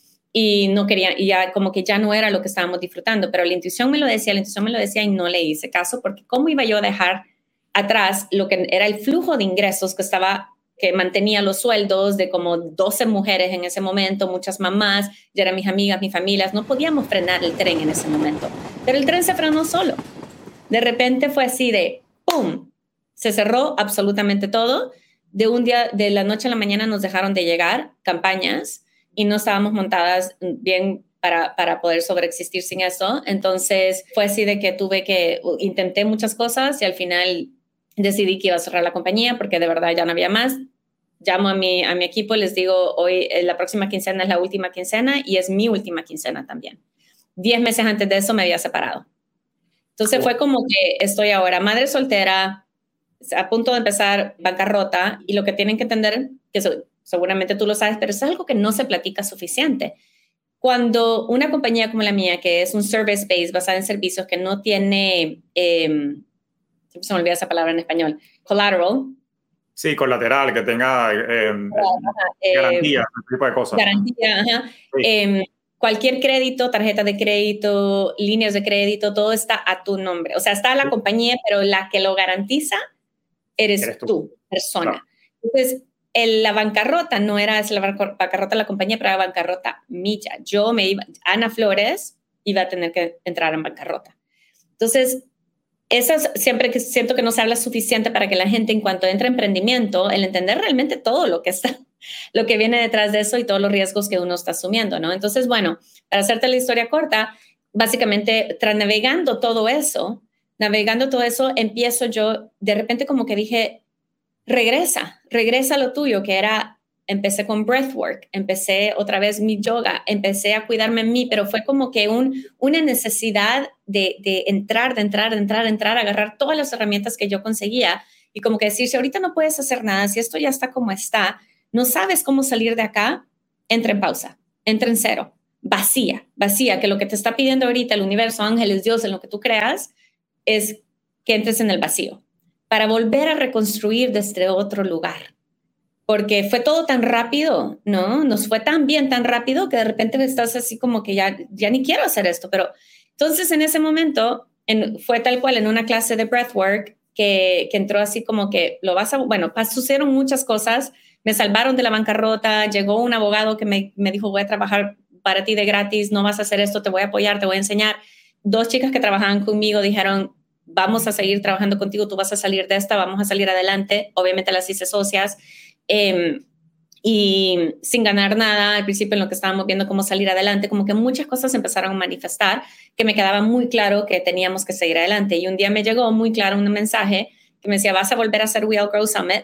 Y no quería, y ya como que ya no era lo que estábamos disfrutando, pero la intuición me lo decía y no le hice caso, porque cómo iba yo a dejar atrás lo que era el flujo de ingresos que mantenía los sueldos de como 12 mujeres en ese momento, muchas mamás, ya eran mis amigas, mis familias, no podíamos frenar el tren en ese momento, pero el tren se frenó solo. De repente fue así de ¡pum! Se cerró absolutamente todo. De la noche a la mañana nos dejaron de llegar campañas y no estábamos montadas bien para poder sobreexistir sin eso. Entonces fue así de que intenté muchas cosas y al final decidí que iba a cerrar la compañía porque de verdad ya no había más. Llamo a mi equipo y les digo, hoy la próxima quincena es la última quincena y es mi última quincena también. 10 meses antes de eso me había separado. Entonces fue como que estoy ahora madre soltera, a punto de empezar bancarrota, y lo que tienen que entender, que seguramente tú lo sabes, pero es algo que no se platica suficiente. Cuando una compañía como la mía, que es un service-based, basada en servicios, que no tiene, siempre se me olvida esa palabra en español, collateral. Sí, colateral, que tenga garantía, ese tipo de cosas. Garantía, ajá. Sí. Cualquier crédito, tarjeta de crédito, líneas de crédito, todo está a tu nombre. O sea, está la compañía, pero la que lo garantiza eres tú, persona. Claro. Entonces, la bancarrota no era la bancarrota de la compañía, pero era bancarrota mía. Ana Flores iba a tener que entrar en bancarrota. Entonces, siempre que siento que no se habla suficiente para que la gente, en cuanto entra en emprendimiento, el entender realmente todo lo que viene detrás de eso y todos los riesgos que uno está asumiendo, ¿no? Entonces, bueno, para hacerte la historia corta, básicamente, navegando todo eso, empiezo yo, de repente como que dije, regresa a lo tuyo, que era, empecé con breathwork, empecé otra vez mi yoga, empecé a cuidarme en mí, pero fue como que una necesidad de entrar, agarrar todas las herramientas que yo conseguía y como que decir, si ahorita no puedes hacer nada, si esto ya está como está, no sabes cómo salir de acá, entra en pausa, entra en cero, vacía, que lo que te está pidiendo ahorita el universo, ángeles, Dios, en lo que tú creas, es que entres en el vacío para volver a reconstruir desde otro lugar. Porque fue todo tan rápido, ¿no? Nos fue tan bien, tan rápido, que de repente estás así como que ya ni quiero hacer esto. Pero entonces en ese momento fue tal cual en una clase de breathwork que entró así como que sucedieron muchas cosas, me salvaron de la bancarrota, llegó un abogado que me dijo, voy a trabajar para ti de gratis, no vas a hacer esto, te voy a apoyar, te voy a enseñar. 2 chicas que trabajaban conmigo dijeron, vamos a seguir trabajando contigo, tú vas a salir de esta, vamos a salir adelante. Obviamente las hice socias. Y sin ganar nada al principio en lo que estábamos viendo cómo salir adelante, como que muchas cosas empezaron a manifestar que me quedaba muy claro que teníamos que seguir adelante. Y un día me llegó muy claro un mensaje que me decía, vas a volver a hacer We All Grow Summit.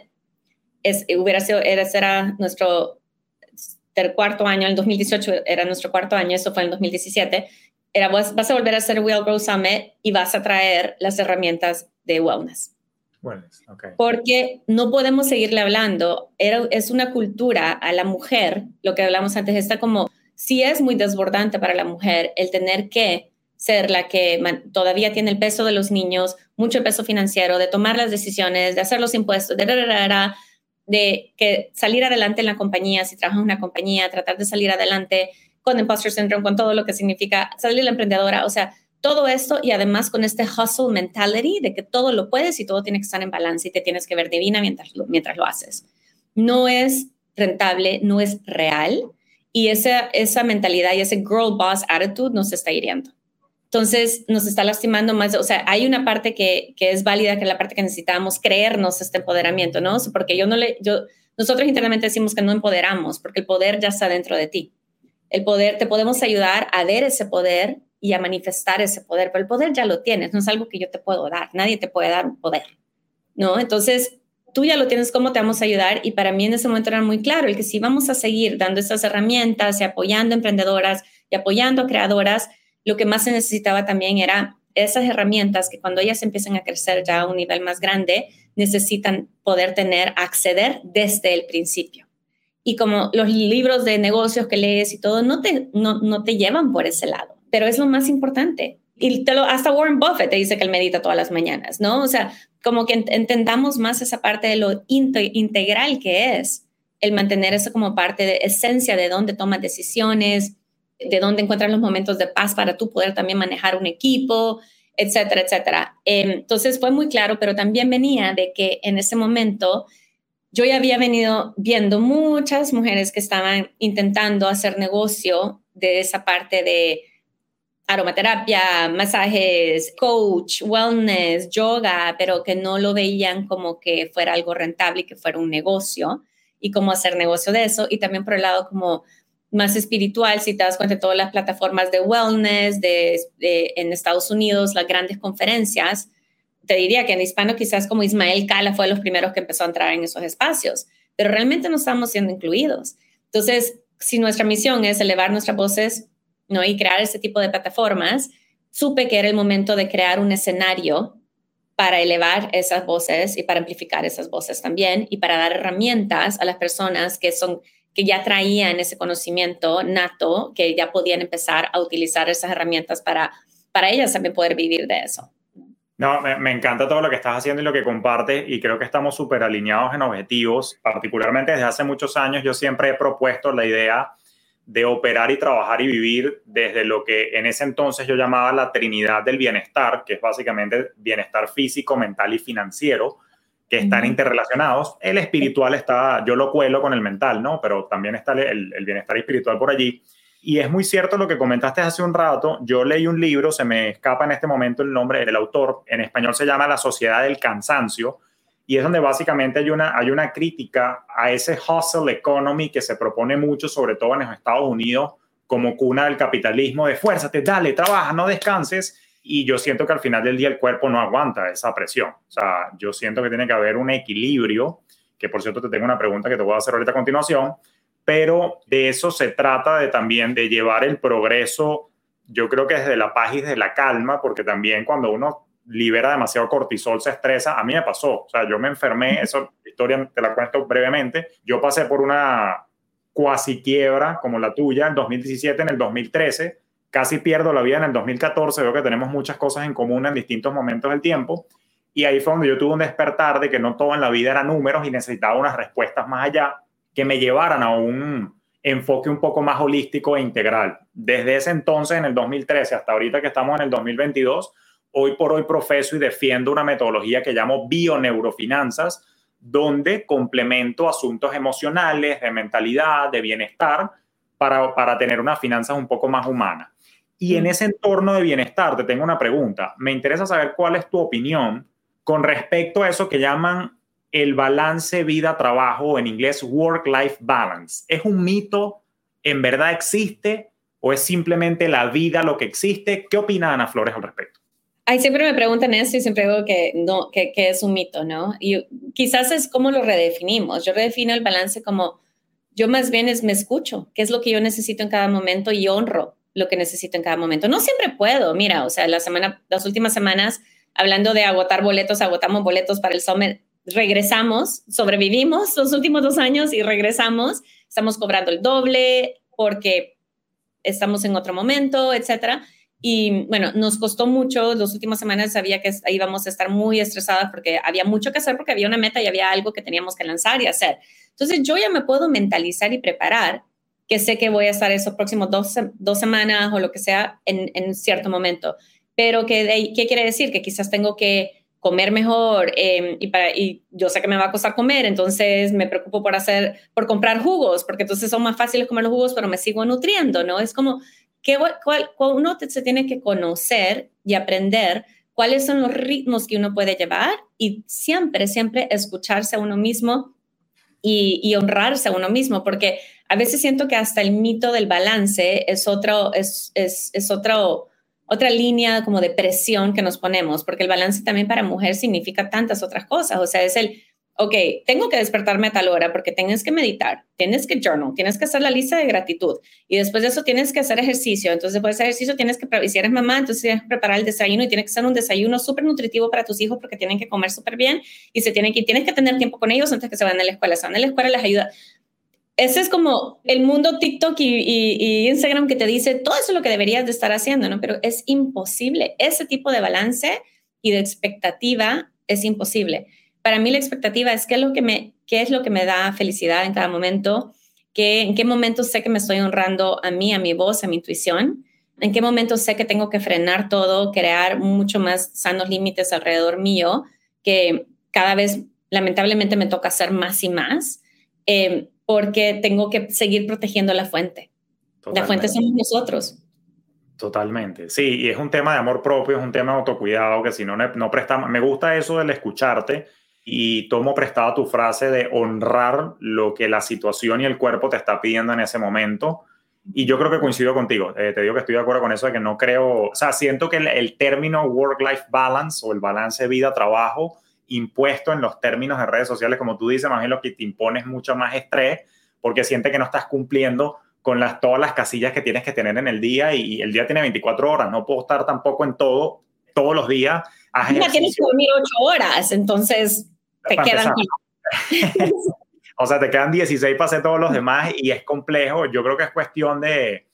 Era nuestro 4º año, el 2018 era nuestro 4º año, eso fue en el 2017. Vas a volver a hacer We All Grow Summit y vas a traer las herramientas de wellness. Okay. Porque no podemos seguirle hablando. Es una cultura a la mujer, lo que hablamos antes, está como, sí es muy desbordante para la mujer el tener que ser la que todavía tiene el peso de los niños, mucho peso financiero, de tomar las decisiones, de hacer los impuestos, de que salir adelante en la compañía, si trabajas en una compañía, tratar de salir adelante con imposter syndrome, con todo lo que significa salir la emprendedora, o sea, todo esto y además con este hustle mentality de que todo lo puedes y todo tiene que estar en balance y te tienes que ver divina mientras lo haces. No es rentable, no es real y esa mentalidad y ese girl boss attitude nos está hiriendo. Entonces nos está lastimando más, o sea, hay una parte que es válida, que es la parte que necesitamos creernos este empoderamiento, ¿no? Porque nosotros internamente decimos que no empoderamos, porque el poder ya está dentro de ti. El poder, te podemos ayudar a ver ese poder y a manifestar ese poder, pero el poder ya lo tienes, no es algo que yo te puedo dar, nadie te puede dar un poder, ¿no? Entonces, tú ya lo tienes, ¿cómo te vamos a ayudar? Y para mí en ese momento era muy claro, el que si vamos a seguir dando estas herramientas y apoyando emprendedoras y apoyando creadoras, lo que más se necesitaba también era esas herramientas que cuando ellas empiezan a crecer ya a un nivel más grande, necesitan poder acceder desde el principio. Y como los libros de negocios que lees y todo, no te llevan por ese lado, pero es lo más importante. Y hasta Warren Buffett te dice que él medita todas las mañanas, ¿no? O sea, como que entendamos más esa parte de lo integral que es el mantener eso como parte de esencia de dónde tomas decisiones, de dónde encuentras los momentos de paz para tú poder también manejar un equipo, etcétera, etcétera. Entonces fue muy claro, pero también venía de que en ese momento yo ya había venido viendo muchas mujeres que estaban intentando hacer negocio de esa parte de aromaterapia, masajes, coach, wellness, yoga, pero que no lo veían como que fuera algo rentable y que fuera un negocio y cómo hacer negocio de eso. Y también por el lado como más espiritual, si te das cuenta de todas las plataformas de wellness en Estados Unidos, las grandes conferencias, te diría que en hispano quizás como Ismael Cala fue de los primeros que empezó a entrar en esos espacios, pero realmente no estamos siendo incluidos. Entonces, si nuestra misión es elevar nuestras voces, ¿no? Y crear este tipo de plataformas, supe que era el momento de crear un escenario para elevar esas voces y para amplificar esas voces también y para dar herramientas a las personas que ya traían ese conocimiento nato, que ya podían empezar a utilizar esas herramientas para ellas también poder vivir de eso. No, me encanta todo lo que estás haciendo y lo que compartes y creo que estamos súper alineados en objetivos. Particularmente desde hace muchos años yo siempre he propuesto la idea de operar y trabajar y vivir desde lo que en ese entonces yo llamaba la Trinidad del Bienestar, que es básicamente bienestar físico, mental y financiero, que están interrelacionados. El espiritual yo lo cuelo con el mental, ¿no? Pero también está el bienestar espiritual por allí. Y es muy cierto lo que comentaste hace un rato. Yo leí un libro, se me escapa en este momento el nombre del autor, en español se llama La Sociedad del Cansancio, y es donde básicamente hay una crítica a ese hustle economy que se propone mucho, sobre todo en los Estados Unidos, como cuna del capitalismo, de esfuérzate, dale, trabaja, no descanses. Y yo siento que al final del día el cuerpo no aguanta esa presión. O sea, yo siento que tiene que haber un equilibrio, que por cierto te tengo una pregunta que te voy a hacer ahorita a continuación, pero de eso se trata también de llevar el progreso, yo creo que desde la paz y desde la calma, porque también cuando uno libera demasiado cortisol, se estresa. A mí me pasó, o sea, yo me enfermé, esa historia te la cuento brevemente, yo pasé por una cuasi quiebra como la tuya en 2017, en el 2013, casi pierdo la vida en el 2014, veo que tenemos muchas cosas en común en distintos momentos del tiempo, y ahí fue donde yo tuve un despertar de que no todo en la vida era números y necesitaba unas respuestas más allá que me llevaran a un enfoque un poco más holístico e integral. Desde ese entonces, en el 2013, hasta ahorita que estamos en el 2022, hoy por hoy profeso y defiendo una metodología que llamo bioneurofinanzas, donde complemento asuntos emocionales, de mentalidad, de bienestar, para tener unas finanzas un poco más humanas. Y en ese entorno de bienestar te tengo una pregunta. Me interesa saber cuál es tu opinión con respecto a eso que llaman el balance vida-trabajo, o en inglés work-life balance. ¿Es un mito? ¿En verdad existe? ¿O es simplemente la vida lo que existe? ¿Qué opina Ana Flores al respecto? Ay, siempre me preguntan eso y siempre digo que no, que es un mito, ¿no? Y quizás es como lo redefinimos. Yo redefino el balance como, yo más bien me escucho, qué es lo que yo necesito en cada momento y honro lo que necesito en cada momento. No siempre puedo, mira, o sea, las últimas semanas, hablando de agotar boletos, agotamos boletos para el Summit, regresamos, sobrevivimos los últimos 2 años y regresamos, estamos cobrando el doble porque estamos en otro momento, etcétera. Y bueno, nos costó mucho, las últimas semanas sabía que íbamos a estar muy estresadas porque había mucho que hacer, porque había una meta y había algo que teníamos que lanzar y hacer. Entonces yo ya me puedo mentalizar y preparar que sé que voy a estar esos próximos 2 semanas o lo que sea en cierto momento. pero ¿qué quiere decir? Que quizás tengo que comer mejor y yo sé que me va a costar comer, entonces me preocupo por comprar jugos, porque entonces son más fáciles comer los jugos, pero me sigo nutriendo, ¿no? Es como que uno se tiene que conocer y aprender cuáles son los ritmos que uno puede llevar y siempre, siempre escucharse a uno mismo y honrarse a uno mismo, porque a veces siento que hasta el mito del balance es otra línea como de presión que nos ponemos, porque el balance también para mujer significa tantas otras cosas. O sea, es ok, tengo que despertarme a tal hora porque tienes que meditar, tienes que journal, tienes que hacer la lista de gratitud y después de eso tienes que hacer ejercicio. Entonces, después de hacer ejercicio y si eres mamá, entonces tienes que preparar el desayuno y tiene que ser un desayuno súper nutritivo para tus hijos porque tienen que comer súper bien y tienes que tener tiempo con ellos antes que se vayan a la escuela. Se van a la escuela, les ayuda. Ese es como el mundo TikTok y Instagram que te dice todo eso es lo que deberías de estar haciendo, ¿no? Pero es imposible. Ese tipo de balance y de expectativa es imposible. Para mí la expectativa es qué es lo que me da felicidad en cada momento, en qué momento sé que me estoy honrando a mí, a mi voz, a mi intuición, en qué momento sé que tengo que frenar todo, crear mucho más sanos límites alrededor mío, que cada vez lamentablemente me toca hacer más y más. Porque tengo que seguir protegiendo la fuente. Totalmente. La fuente somos nosotros. Totalmente. Sí, y es un tema de amor propio, es un tema de autocuidado, que si no prestamos... Me gusta eso del escucharte y tomo prestada tu frase de honrar lo que la situación y el cuerpo te está pidiendo en ese momento. Y yo creo que coincido contigo. Te digo que estoy de acuerdo con eso de que no creo... O sea, siento que el término work-life balance o el balance vida-trabajo impuesto en los términos de redes sociales, como tú dices, más bien lo que te impone es mucho más estrés porque sientes que no estás cumpliendo con todas las casillas que tienes que tener en el día y el día tiene 24 horas, no puedo estar tampoco en todos los días. Ya tienes que dormir 8 horas, entonces te quedan... O sea, te quedan 16 para hacer todos los demás y es complejo. Yo creo que es cuestión de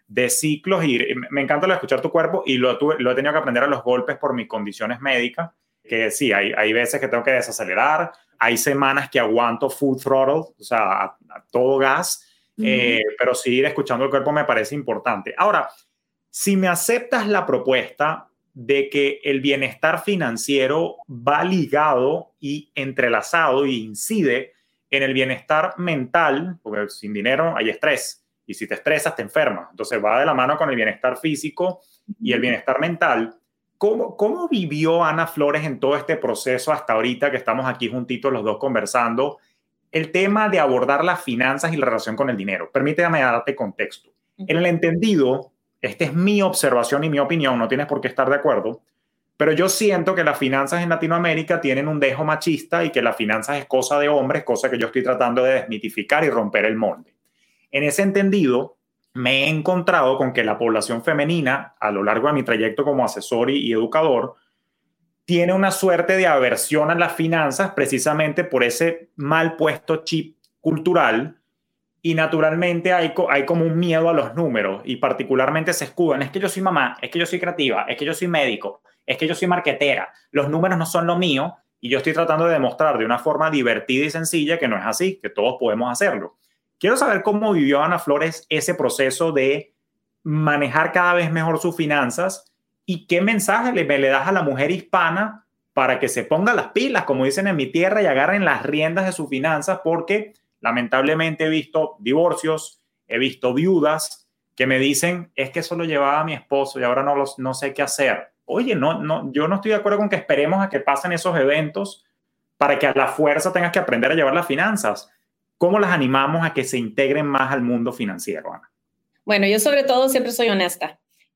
ciclos y me encanta lo de escuchar tu cuerpo y lo he tenido que aprender a los golpes por mis condiciones médicas. Que sí, hay veces que tengo que desacelerar, hay semanas que aguanto full throttle, o sea, a todo gas, pero sí ir escuchando el cuerpo me parece importante. Ahora, si me aceptas la propuesta de que el bienestar financiero va ligado y entrelazado y incide en el bienestar mental, porque sin dinero hay estrés, y si te estresas te enfermas, entonces va de la mano con el bienestar físico y el bienestar mental. ¿Cómo vivió Ana Flores en todo este proceso hasta ahorita que estamos aquí juntitos los dos conversando el tema de abordar las finanzas y la relación con el dinero? Permíteme darte contexto. En el entendido, esta es mi observación y mi opinión, no tienes por qué estar de acuerdo, pero yo siento que las finanzas en Latinoamérica tienen un dejo machista y que las finanzas es cosa de hombres, cosa que yo estoy tratando de desmitificar y romper el molde. En ese entendido, me he encontrado con que la población femenina, a lo largo de mi trayecto como asesor y educador, tiene una suerte de aversión a las finanzas precisamente por ese mal puesto chip cultural y naturalmente hay como un miedo a los números y particularmente se escudan. Es que yo soy mamá, es que yo soy creativa, es que yo soy médico, es que yo soy marketera. Los números no son lo mío y yo estoy tratando de demostrar de una forma divertida y sencilla que no es así, que todos podemos hacerlo. Quiero saber cómo vivió Ana Flores ese proceso de manejar cada vez mejor sus finanzas y qué mensaje le das a la mujer hispana para que se ponga las pilas, como dicen en mi tierra, y agarren las riendas de sus finanzas, porque lamentablemente he visto divorcios, he visto viudas que me dicen, es que eso lo llevaba mi esposo y ahora no sé qué hacer. Oye, yo no estoy de acuerdo con que esperemos a que pasen esos eventos para que a la fuerza tengas que aprender a llevar las finanzas. ¿Cómo las animamos a que se integren más al mundo financiero, Ana? Bueno, yo sobre todo siempre soy honesta.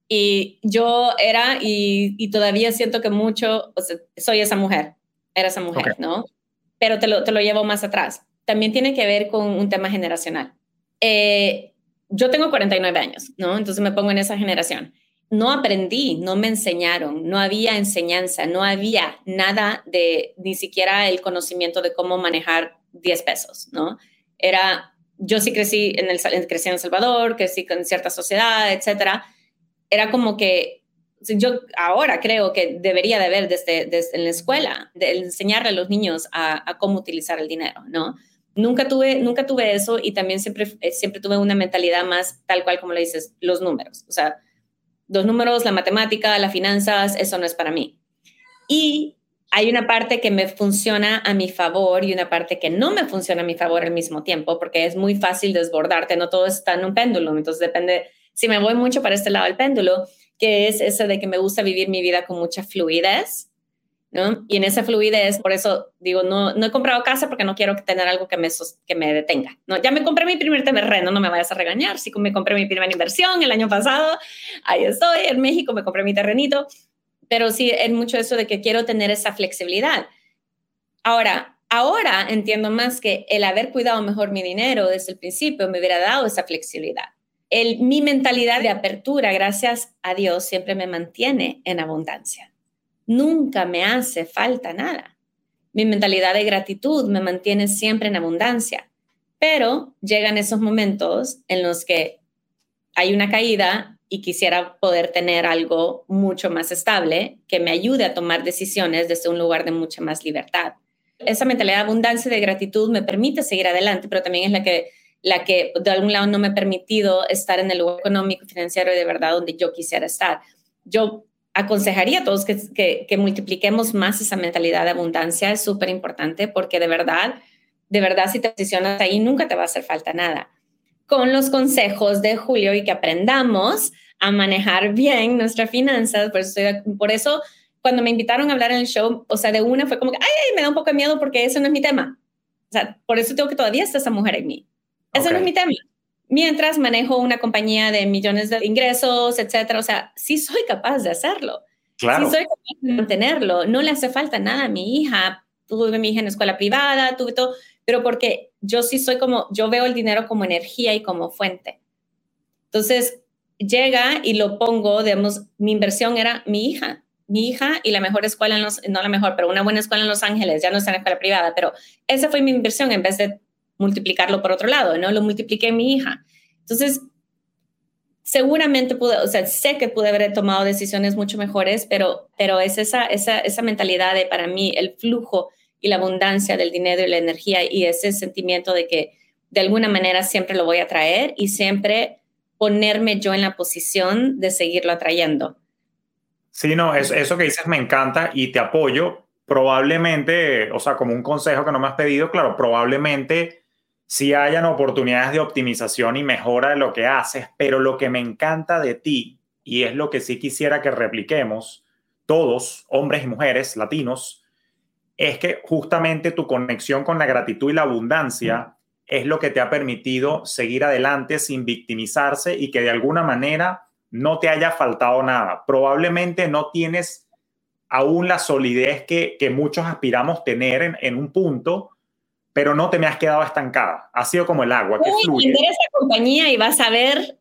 Y yo era y todavía siento que mucho, o sea, soy esa mujer, era esa mujer, okay, ¿no? Pero te lo llevo más atrás. También tiene que ver con un tema generacional. Yo tengo 49 años, ¿no? Entonces me pongo en esa generación. No aprendí, no me enseñaron, no había enseñanza, no había nada de ni siquiera el conocimiento de cómo manejar 10 pesos, ¿no? Yo sí crecí en El Salvador, crecí en cierta sociedad, etcétera. Era como que yo ahora creo que debería de haber desde en la escuela, de enseñarle a los niños a cómo utilizar el dinero, ¿no? Nunca tuve eso y también siempre tuve una mentalidad más tal cual como le dices, los números. O sea, Los números, la matemática, las finanzas, eso no es para mí. Y hay una parte que me funciona a mi favor y una parte que no me funciona a mi favor al mismo tiempo, porque es muy fácil desbordarte, no todo está en un péndulo, entonces depende, si me voy mucho para este lado del péndulo, que es ese de que me gusta vivir mi vida con mucha fluidez, ¿no? Y en esa fluidez, por eso digo, no he comprado casa porque no quiero tener algo que me detenga, ¿no? Ya me compré mi primer terreno, no me vayas a regañar, sí, me compré mi primera inversión el año pasado, ahí estoy, en México me compré mi terrenito, pero sí, es mucho eso de que quiero tener esa flexibilidad. Ahora entiendo más que el haber cuidado mejor mi dinero desde el principio me hubiera dado esa flexibilidad. Mi mentalidad de apertura, gracias a Dios, siempre me mantiene en abundancia. Nunca me hace falta nada. Mi mentalidad de gratitud me mantiene siempre en abundancia. Pero llegan esos momentos en los que hay una caída y quisiera poder tener algo mucho más estable que me ayude a tomar decisiones desde un lugar de mucha más libertad. Esa mentalidad de abundancia y de gratitud me permite seguir adelante, pero también es la que de algún lado no me ha permitido estar en el lugar económico y financiero y de verdad donde yo quisiera estar. Yo aconsejaría a todos que multipliquemos más esa mentalidad de abundancia, es súper importante porque de verdad, si te posicionas ahí, nunca te va a hacer falta nada. Con los consejos de Julio y que aprendamos a manejar bien nuestras finanzas, por eso cuando me invitaron a hablar en el show, o sea, de una fue como que, ay, me da un poco de miedo porque eso no es mi tema. O sea, por eso tengo que todavía está esa mujer en mí. Eso no es mi tema. Mientras manejo una compañía de millones de ingresos, etcétera, o sea, sí soy capaz de hacerlo. Claro. Sí soy capaz de mantenerlo. No le hace falta nada a mi hija. Tuve mi hija en escuela privada, tuve todo, pero porque yo sí soy yo veo el dinero como energía y como fuente. Entonces, llega y lo pongo, digamos, mi inversión era mi hija y la mejor escuela, no la mejor, pero una buena escuela en Los Ángeles, ya no está en escuela privada, pero esa fue mi inversión en vez de multiplicarlo por otro lado, ¿no? Lo multipliqué en mi hija. Entonces, seguramente sé que pude haber tomado decisiones mucho mejores, pero es esa mentalidad de, para mí, el flujo y la abundancia del dinero y la energía y ese sentimiento de que de alguna manera siempre lo voy a traer y siempre ponerme yo en la posición de seguirlo atrayendo. Sí, no, eso que dices me encanta y te apoyo. Probablemente, o sea, como un consejo que no me has pedido, claro, probablemente sí hayan oportunidades de optimización y mejora de lo que haces, pero lo que me encanta de ti, y es lo que sí quisiera que repliquemos todos, hombres y mujeres latinos, es que justamente tu conexión con la gratitud y la abundancia es lo que te ha permitido seguir adelante sin victimizarse y que de alguna manera no te haya faltado nada. Probablemente no tienes aún la solidez que muchos aspiramos tener en un punto, pero no te me has quedado estancada. Ha sido como el agua que fluye. Vender esa compañía y vas a ver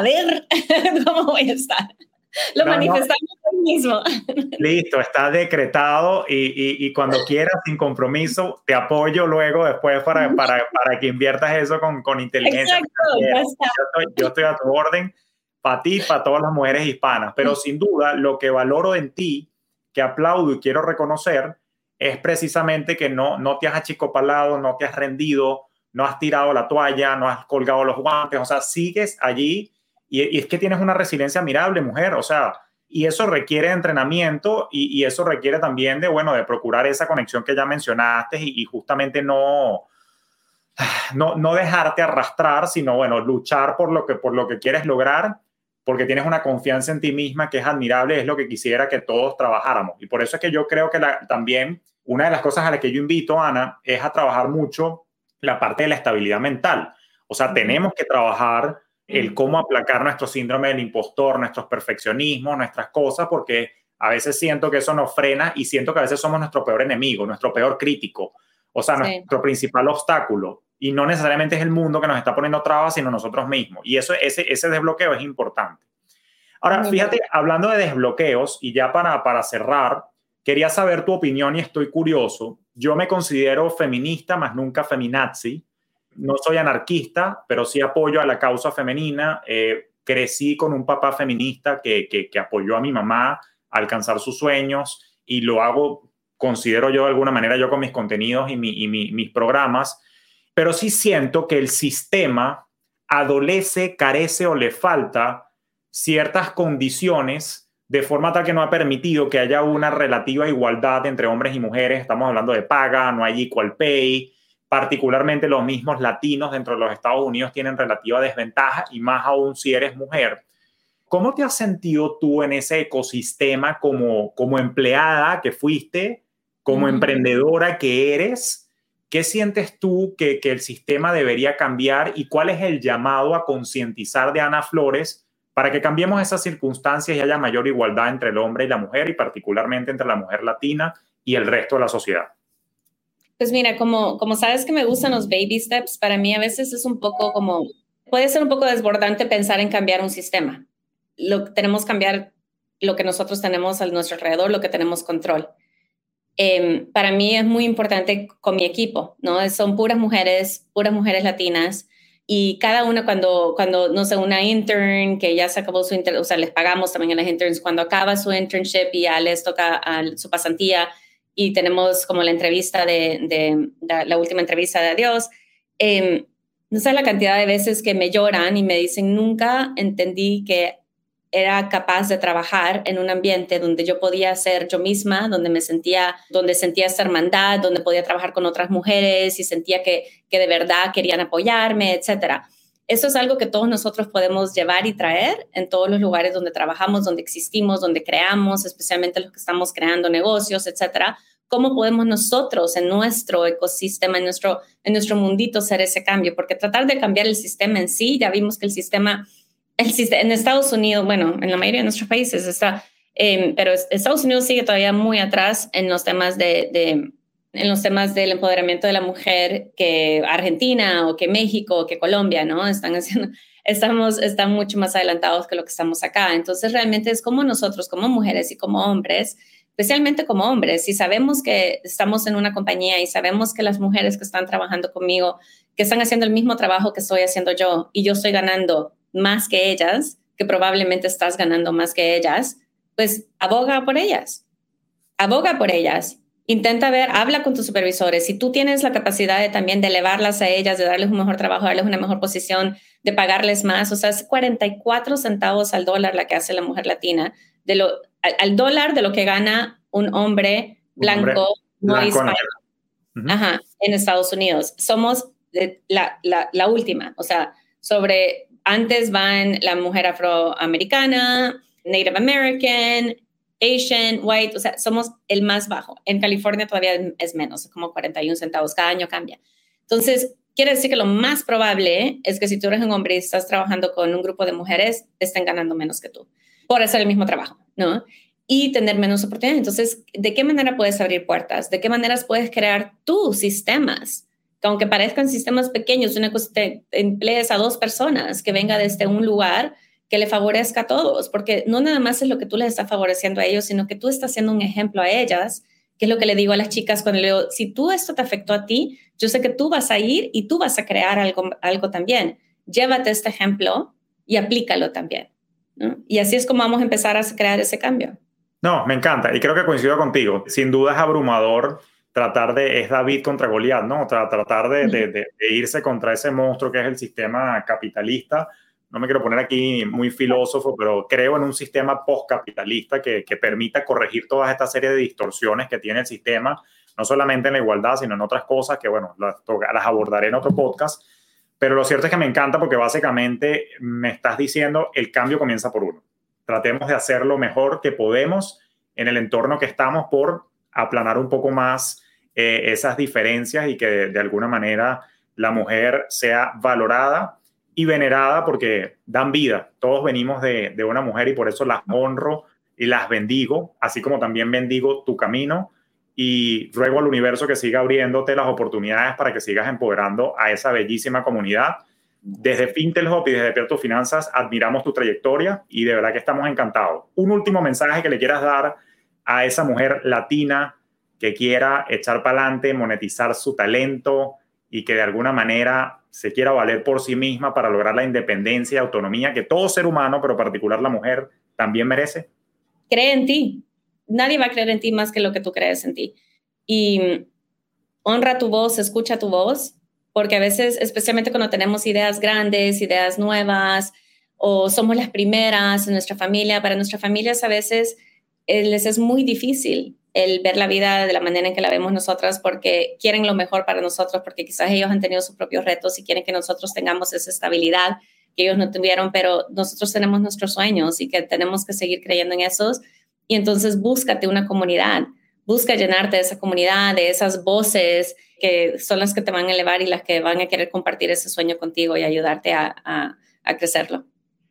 cómo voy a estar. Lo manifestamos hoy mismo. Listo, está decretado y cuando quieras, sin compromiso, te apoyo luego después para que inviertas eso con inteligencia. Exacto, yo estoy a tu orden. Para ti, para todas las mujeres hispanas. Pero sin duda, lo que valoro en ti, que aplaudo y quiero reconocer, es precisamente que no te has achicopalado, no te has rendido, no has tirado la toalla, no has colgado los guantes, o sea, sigues allí y es que tienes una resiliencia admirable, mujer, o sea, y eso requiere entrenamiento y eso requiere también de procurar esa conexión que ya mencionaste y justamente no dejarte arrastrar, sino luchar por lo que quieres lograr, porque tienes una confianza en ti misma que es admirable, es lo que quisiera que todos trabajáramos. Y por eso es que yo creo que también una de las cosas a las que yo invito a Ana es a trabajar mucho la parte de la estabilidad mental. O sea, tenemos que trabajar el cómo aplacar nuestro síndrome del impostor, nuestros perfeccionismos, nuestras cosas, porque a veces siento que eso nos frena y siento que a veces somos nuestro peor enemigo, nuestro peor crítico, o sea, nuestro principal obstáculo. Y no necesariamente es el mundo que nos está poniendo trabas, sino nosotros mismos. Y ese desbloqueo es importante. Ahora, fíjate, hablando de desbloqueos, y ya para cerrar, quería saber tu opinión y estoy curioso. Yo me considero feminista, más nunca feminazi. No soy anarquista, pero sí apoyo a la causa femenina. Crecí con un papá feminista que apoyó a mi mamá a alcanzar sus sueños y lo hago, considero yo de alguna manera, yo con mis contenidos y mis programas. Pero sí siento que el sistema adolece, carece o le falta ciertas condiciones de forma tal que no ha permitido que haya una relativa igualdad entre hombres y mujeres. Estamos hablando de paga, no hay equal pay. Particularmente los mismos latinos dentro de los Estados Unidos tienen relativa desventaja, y más aún si eres mujer. ¿Cómo te has sentido tú en ese ecosistema como empleada que fuiste, como emprendedora que eres? ¿Qué sientes tú que el sistema debería cambiar, y cuál es el llamado a concientizar de Ana Flores para que cambiemos esas circunstancias y haya mayor igualdad entre el hombre y la mujer, y particularmente entre la mujer latina y el resto de la sociedad? Pues mira, como sabes que me gustan los baby steps, para mí a veces es un poco puede ser un poco desbordante pensar en cambiar un sistema. Tenemos que cambiar lo que nosotros tenemos a nuestro alrededor, lo que tenemos control. Para mí es muy importante con mi equipo, ¿no? Son puras mujeres latinas, y cada una cuando no sé, una intern que ya se acabó su intern, o sea, les pagamos también a las interns cuando acaba su internship y ya les toca su pasantía, y tenemos como la entrevista la última entrevista de adiós. No sé la cantidad de veces que me lloran y me dicen, nunca entendí que era capaz de trabajar en un ambiente donde yo podía ser yo misma, donde sentía esta hermandad, donde podía trabajar con otras mujeres y sentía que de verdad querían apoyarme, etcétera. Eso es algo que todos nosotros podemos llevar y traer en todos los lugares donde trabajamos, donde existimos, donde creamos, especialmente los que estamos creando negocios, etcétera. ¿Cómo podemos nosotros en nuestro ecosistema, en nuestro mundito, hacer ese cambio? Porque tratar de cambiar el sistema en sí, ya vimos que el sistema en Estados Unidos, bueno, en la mayoría de nuestros países está, pero Estados Unidos sigue todavía muy atrás en los temas en los temas del empoderamiento de la mujer que Argentina o que México o que Colombia, ¿no? Están mucho más adelantados que lo que estamos acá. Entonces, realmente es como nosotros, como mujeres y como hombres, especialmente como hombres, si sabemos que estamos en una compañía y sabemos que las mujeres que están trabajando conmigo, que están haciendo el mismo trabajo que estoy haciendo yo, y yo estoy ganando más que ellas, que probablemente estás ganando más que ellas, pues aboga por ellas. Intenta habla con tus supervisores. Si tú tienes la capacidad de elevarlas a ellas, de darles un mejor trabajo, darles una mejor posición, de pagarles más, o sea, es 44 centavos al dólar la que hace la mujer latina, al dólar de lo que gana un hombre blanco no hispano. Ajá, en Estados Unidos. Somos la última, o sea, antes van la mujer afroamericana, Native American, Asian, white, o sea, somos el más bajo. En California todavía es menos, es como 41 centavos, cada año cambia. Entonces, quiere decir que lo más probable es que si tú eres un hombre y estás trabajando con un grupo de mujeres, estén ganando menos que tú por hacer el mismo trabajo, ¿no? Y tener menos oportunidades. Entonces, ¿de qué manera puedes abrir puertas? ¿De qué maneras puedes crear tus sistemas? Que aunque parezcan sistemas pequeños, te emplees a 2 personas que venga desde un lugar que le favorezca a todos, porque no nada más es lo que tú les estás favoreciendo a ellos, sino que tú estás siendo un ejemplo a ellas, que es lo que le digo a las chicas cuando le digo, si esto te afectó a ti, yo sé que tú vas a ir y tú vas a crear algo también. Llévate este ejemplo y aplícalo también, ¿no? Y así es como vamos a empezar a crear ese cambio. No, me encanta y creo que coincido contigo. Sin duda es abrumador es David contra Goliat, ¿no? Tratar de irse contra ese monstruo que es el sistema capitalista. No me quiero poner aquí muy filósofo, pero creo en un sistema postcapitalista que permita corregir toda esta serie de distorsiones que tiene el sistema, no solamente en la igualdad, sino en otras cosas que, bueno, las abordaré en otro podcast. Pero lo cierto es que me encanta porque básicamente me estás diciendo el cambio comienza por uno. Tratemos de hacer lo mejor que podemos en el entorno que estamos por aplanar un poco más esas diferencias y que de alguna manera la mujer sea valorada y venerada porque dan vida. Todos venimos de una mujer y por eso las honro y las bendigo, así como también bendigo tu camino y ruego al universo que siga abriéndote las oportunidades para que sigas empoderando a esa bellísima comunidad. Desde Fintelhop y desde Despierta Tus Finanzas admiramos tu trayectoria y de verdad que estamos encantados. Un último mensaje que le quieras dar a esa mujer latina que quiera echar para adelante, monetizar su talento y que de alguna manera se quiera valer por sí misma para lograr la independencia y autonomía que todo ser humano, pero en particular la mujer, también merece. Cree en ti. Nadie va a creer en ti más que lo que tú crees en ti. Y honra tu voz, escucha tu voz, porque a veces, especialmente cuando tenemos ideas grandes, ideas nuevas, o somos las primeras en nuestra familia. Para nuestras familias a veces les es muy difícil el ver la vida de la manera en que la vemos nosotras porque quieren lo mejor para nosotros, porque quizás ellos han tenido sus propios retos y quieren que nosotros tengamos esa estabilidad que ellos no tuvieron, pero nosotros tenemos nuestros sueños y que tenemos que seguir creyendo en esos. Y entonces búscate una comunidad, busca llenarte de esa comunidad, de esas voces que son las que te van a elevar y las que van a querer compartir ese sueño contigo y ayudarte a crecerlo.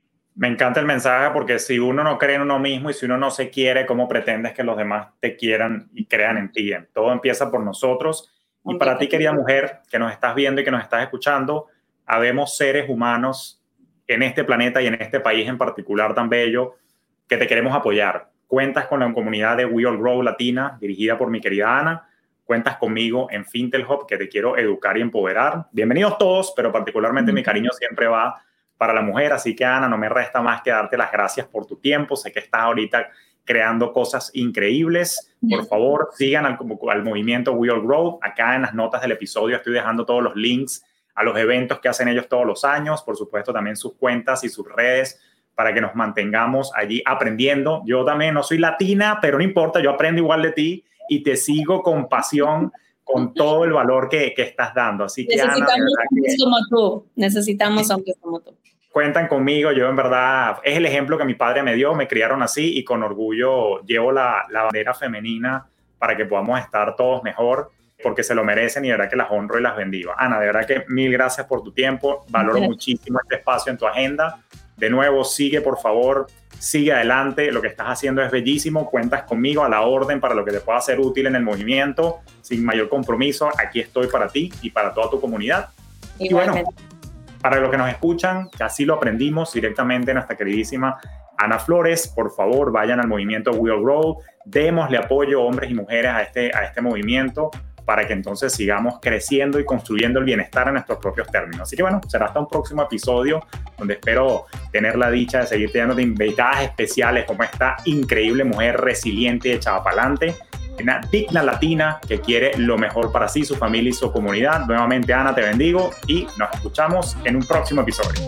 Me encanta el mensaje porque si uno no cree en uno mismo y si uno no se quiere, ¿cómo pretendes que los demás te quieran y crean en ti? Todo empieza por nosotros. Y para ti, querida mujer, que nos estás viendo y que nos estás escuchando, habemos seres humanos en este planeta y en este país en particular tan bello que te queremos apoyar. Cuentas con la comunidad de We All Grow Latina, dirigida por mi querida Ana. Cuentas conmigo en Fintelhub, que te quiero educar y empoderar. Bienvenidos todos, pero particularmente mi cariño siempre va para la mujer. Así que, Ana, no me resta más que darte las gracias por tu tiempo. Sé que estás ahorita creando cosas increíbles. Por favor, sigan al movimiento We All Grow. Acá en las notas del episodio estoy dejando todos los links a los eventos que hacen ellos todos los años. Por supuesto, también sus cuentas y sus redes para que nos mantengamos allí aprendiendo. Yo también no soy latina, pero no importa, yo aprendo igual de ti y te sigo con pasión, con todo el valor que estás dando. Así que, necesitamos Ana, hombres como tú. Necesitamos hombres como tú. Cuentan conmigo. Yo, en verdad, es el ejemplo que mi padre me dio. Me criaron así y con orgullo llevo la bandera femenina para que podamos estar todos mejor, porque se lo merecen y de verdad que las honro y las bendigo. Ana, de verdad que mil gracias por tu tiempo. Valoro muchísimo este espacio en tu agenda. De nuevo, sigue, por favor, sigue adelante. Lo que estás haciendo es bellísimo. Cuentas conmigo a la orden para lo que te pueda ser útil en el movimiento. Sin mayor compromiso, aquí estoy para ti y para toda tu comunidad. Igualmente. Y bueno, para los que nos escuchan, que así lo aprendimos directamente nuestra queridísima Ana Flores, por favor, vayan al movimiento We All Grow. Démosle apoyo, hombres y mujeres, a este movimiento, para que entonces sigamos creciendo y construyendo el bienestar en nuestros propios términos. Así que bueno, será hasta un próximo episodio donde espero tener la dicha de seguir teniendo invitadas especiales como esta increíble mujer resiliente y echada para adelante, una digna latina que quiere lo mejor para sí, su familia y su comunidad. Nuevamente, Ana, te bendigo y nos escuchamos en un próximo episodio.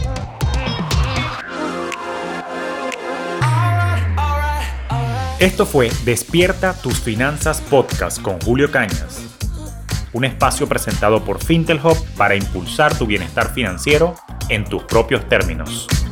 Esto fue Despierta tus Finanzas Podcast con Julio Cañas, un espacio presentado por Fintelhub para impulsar tu bienestar financiero en tus propios términos.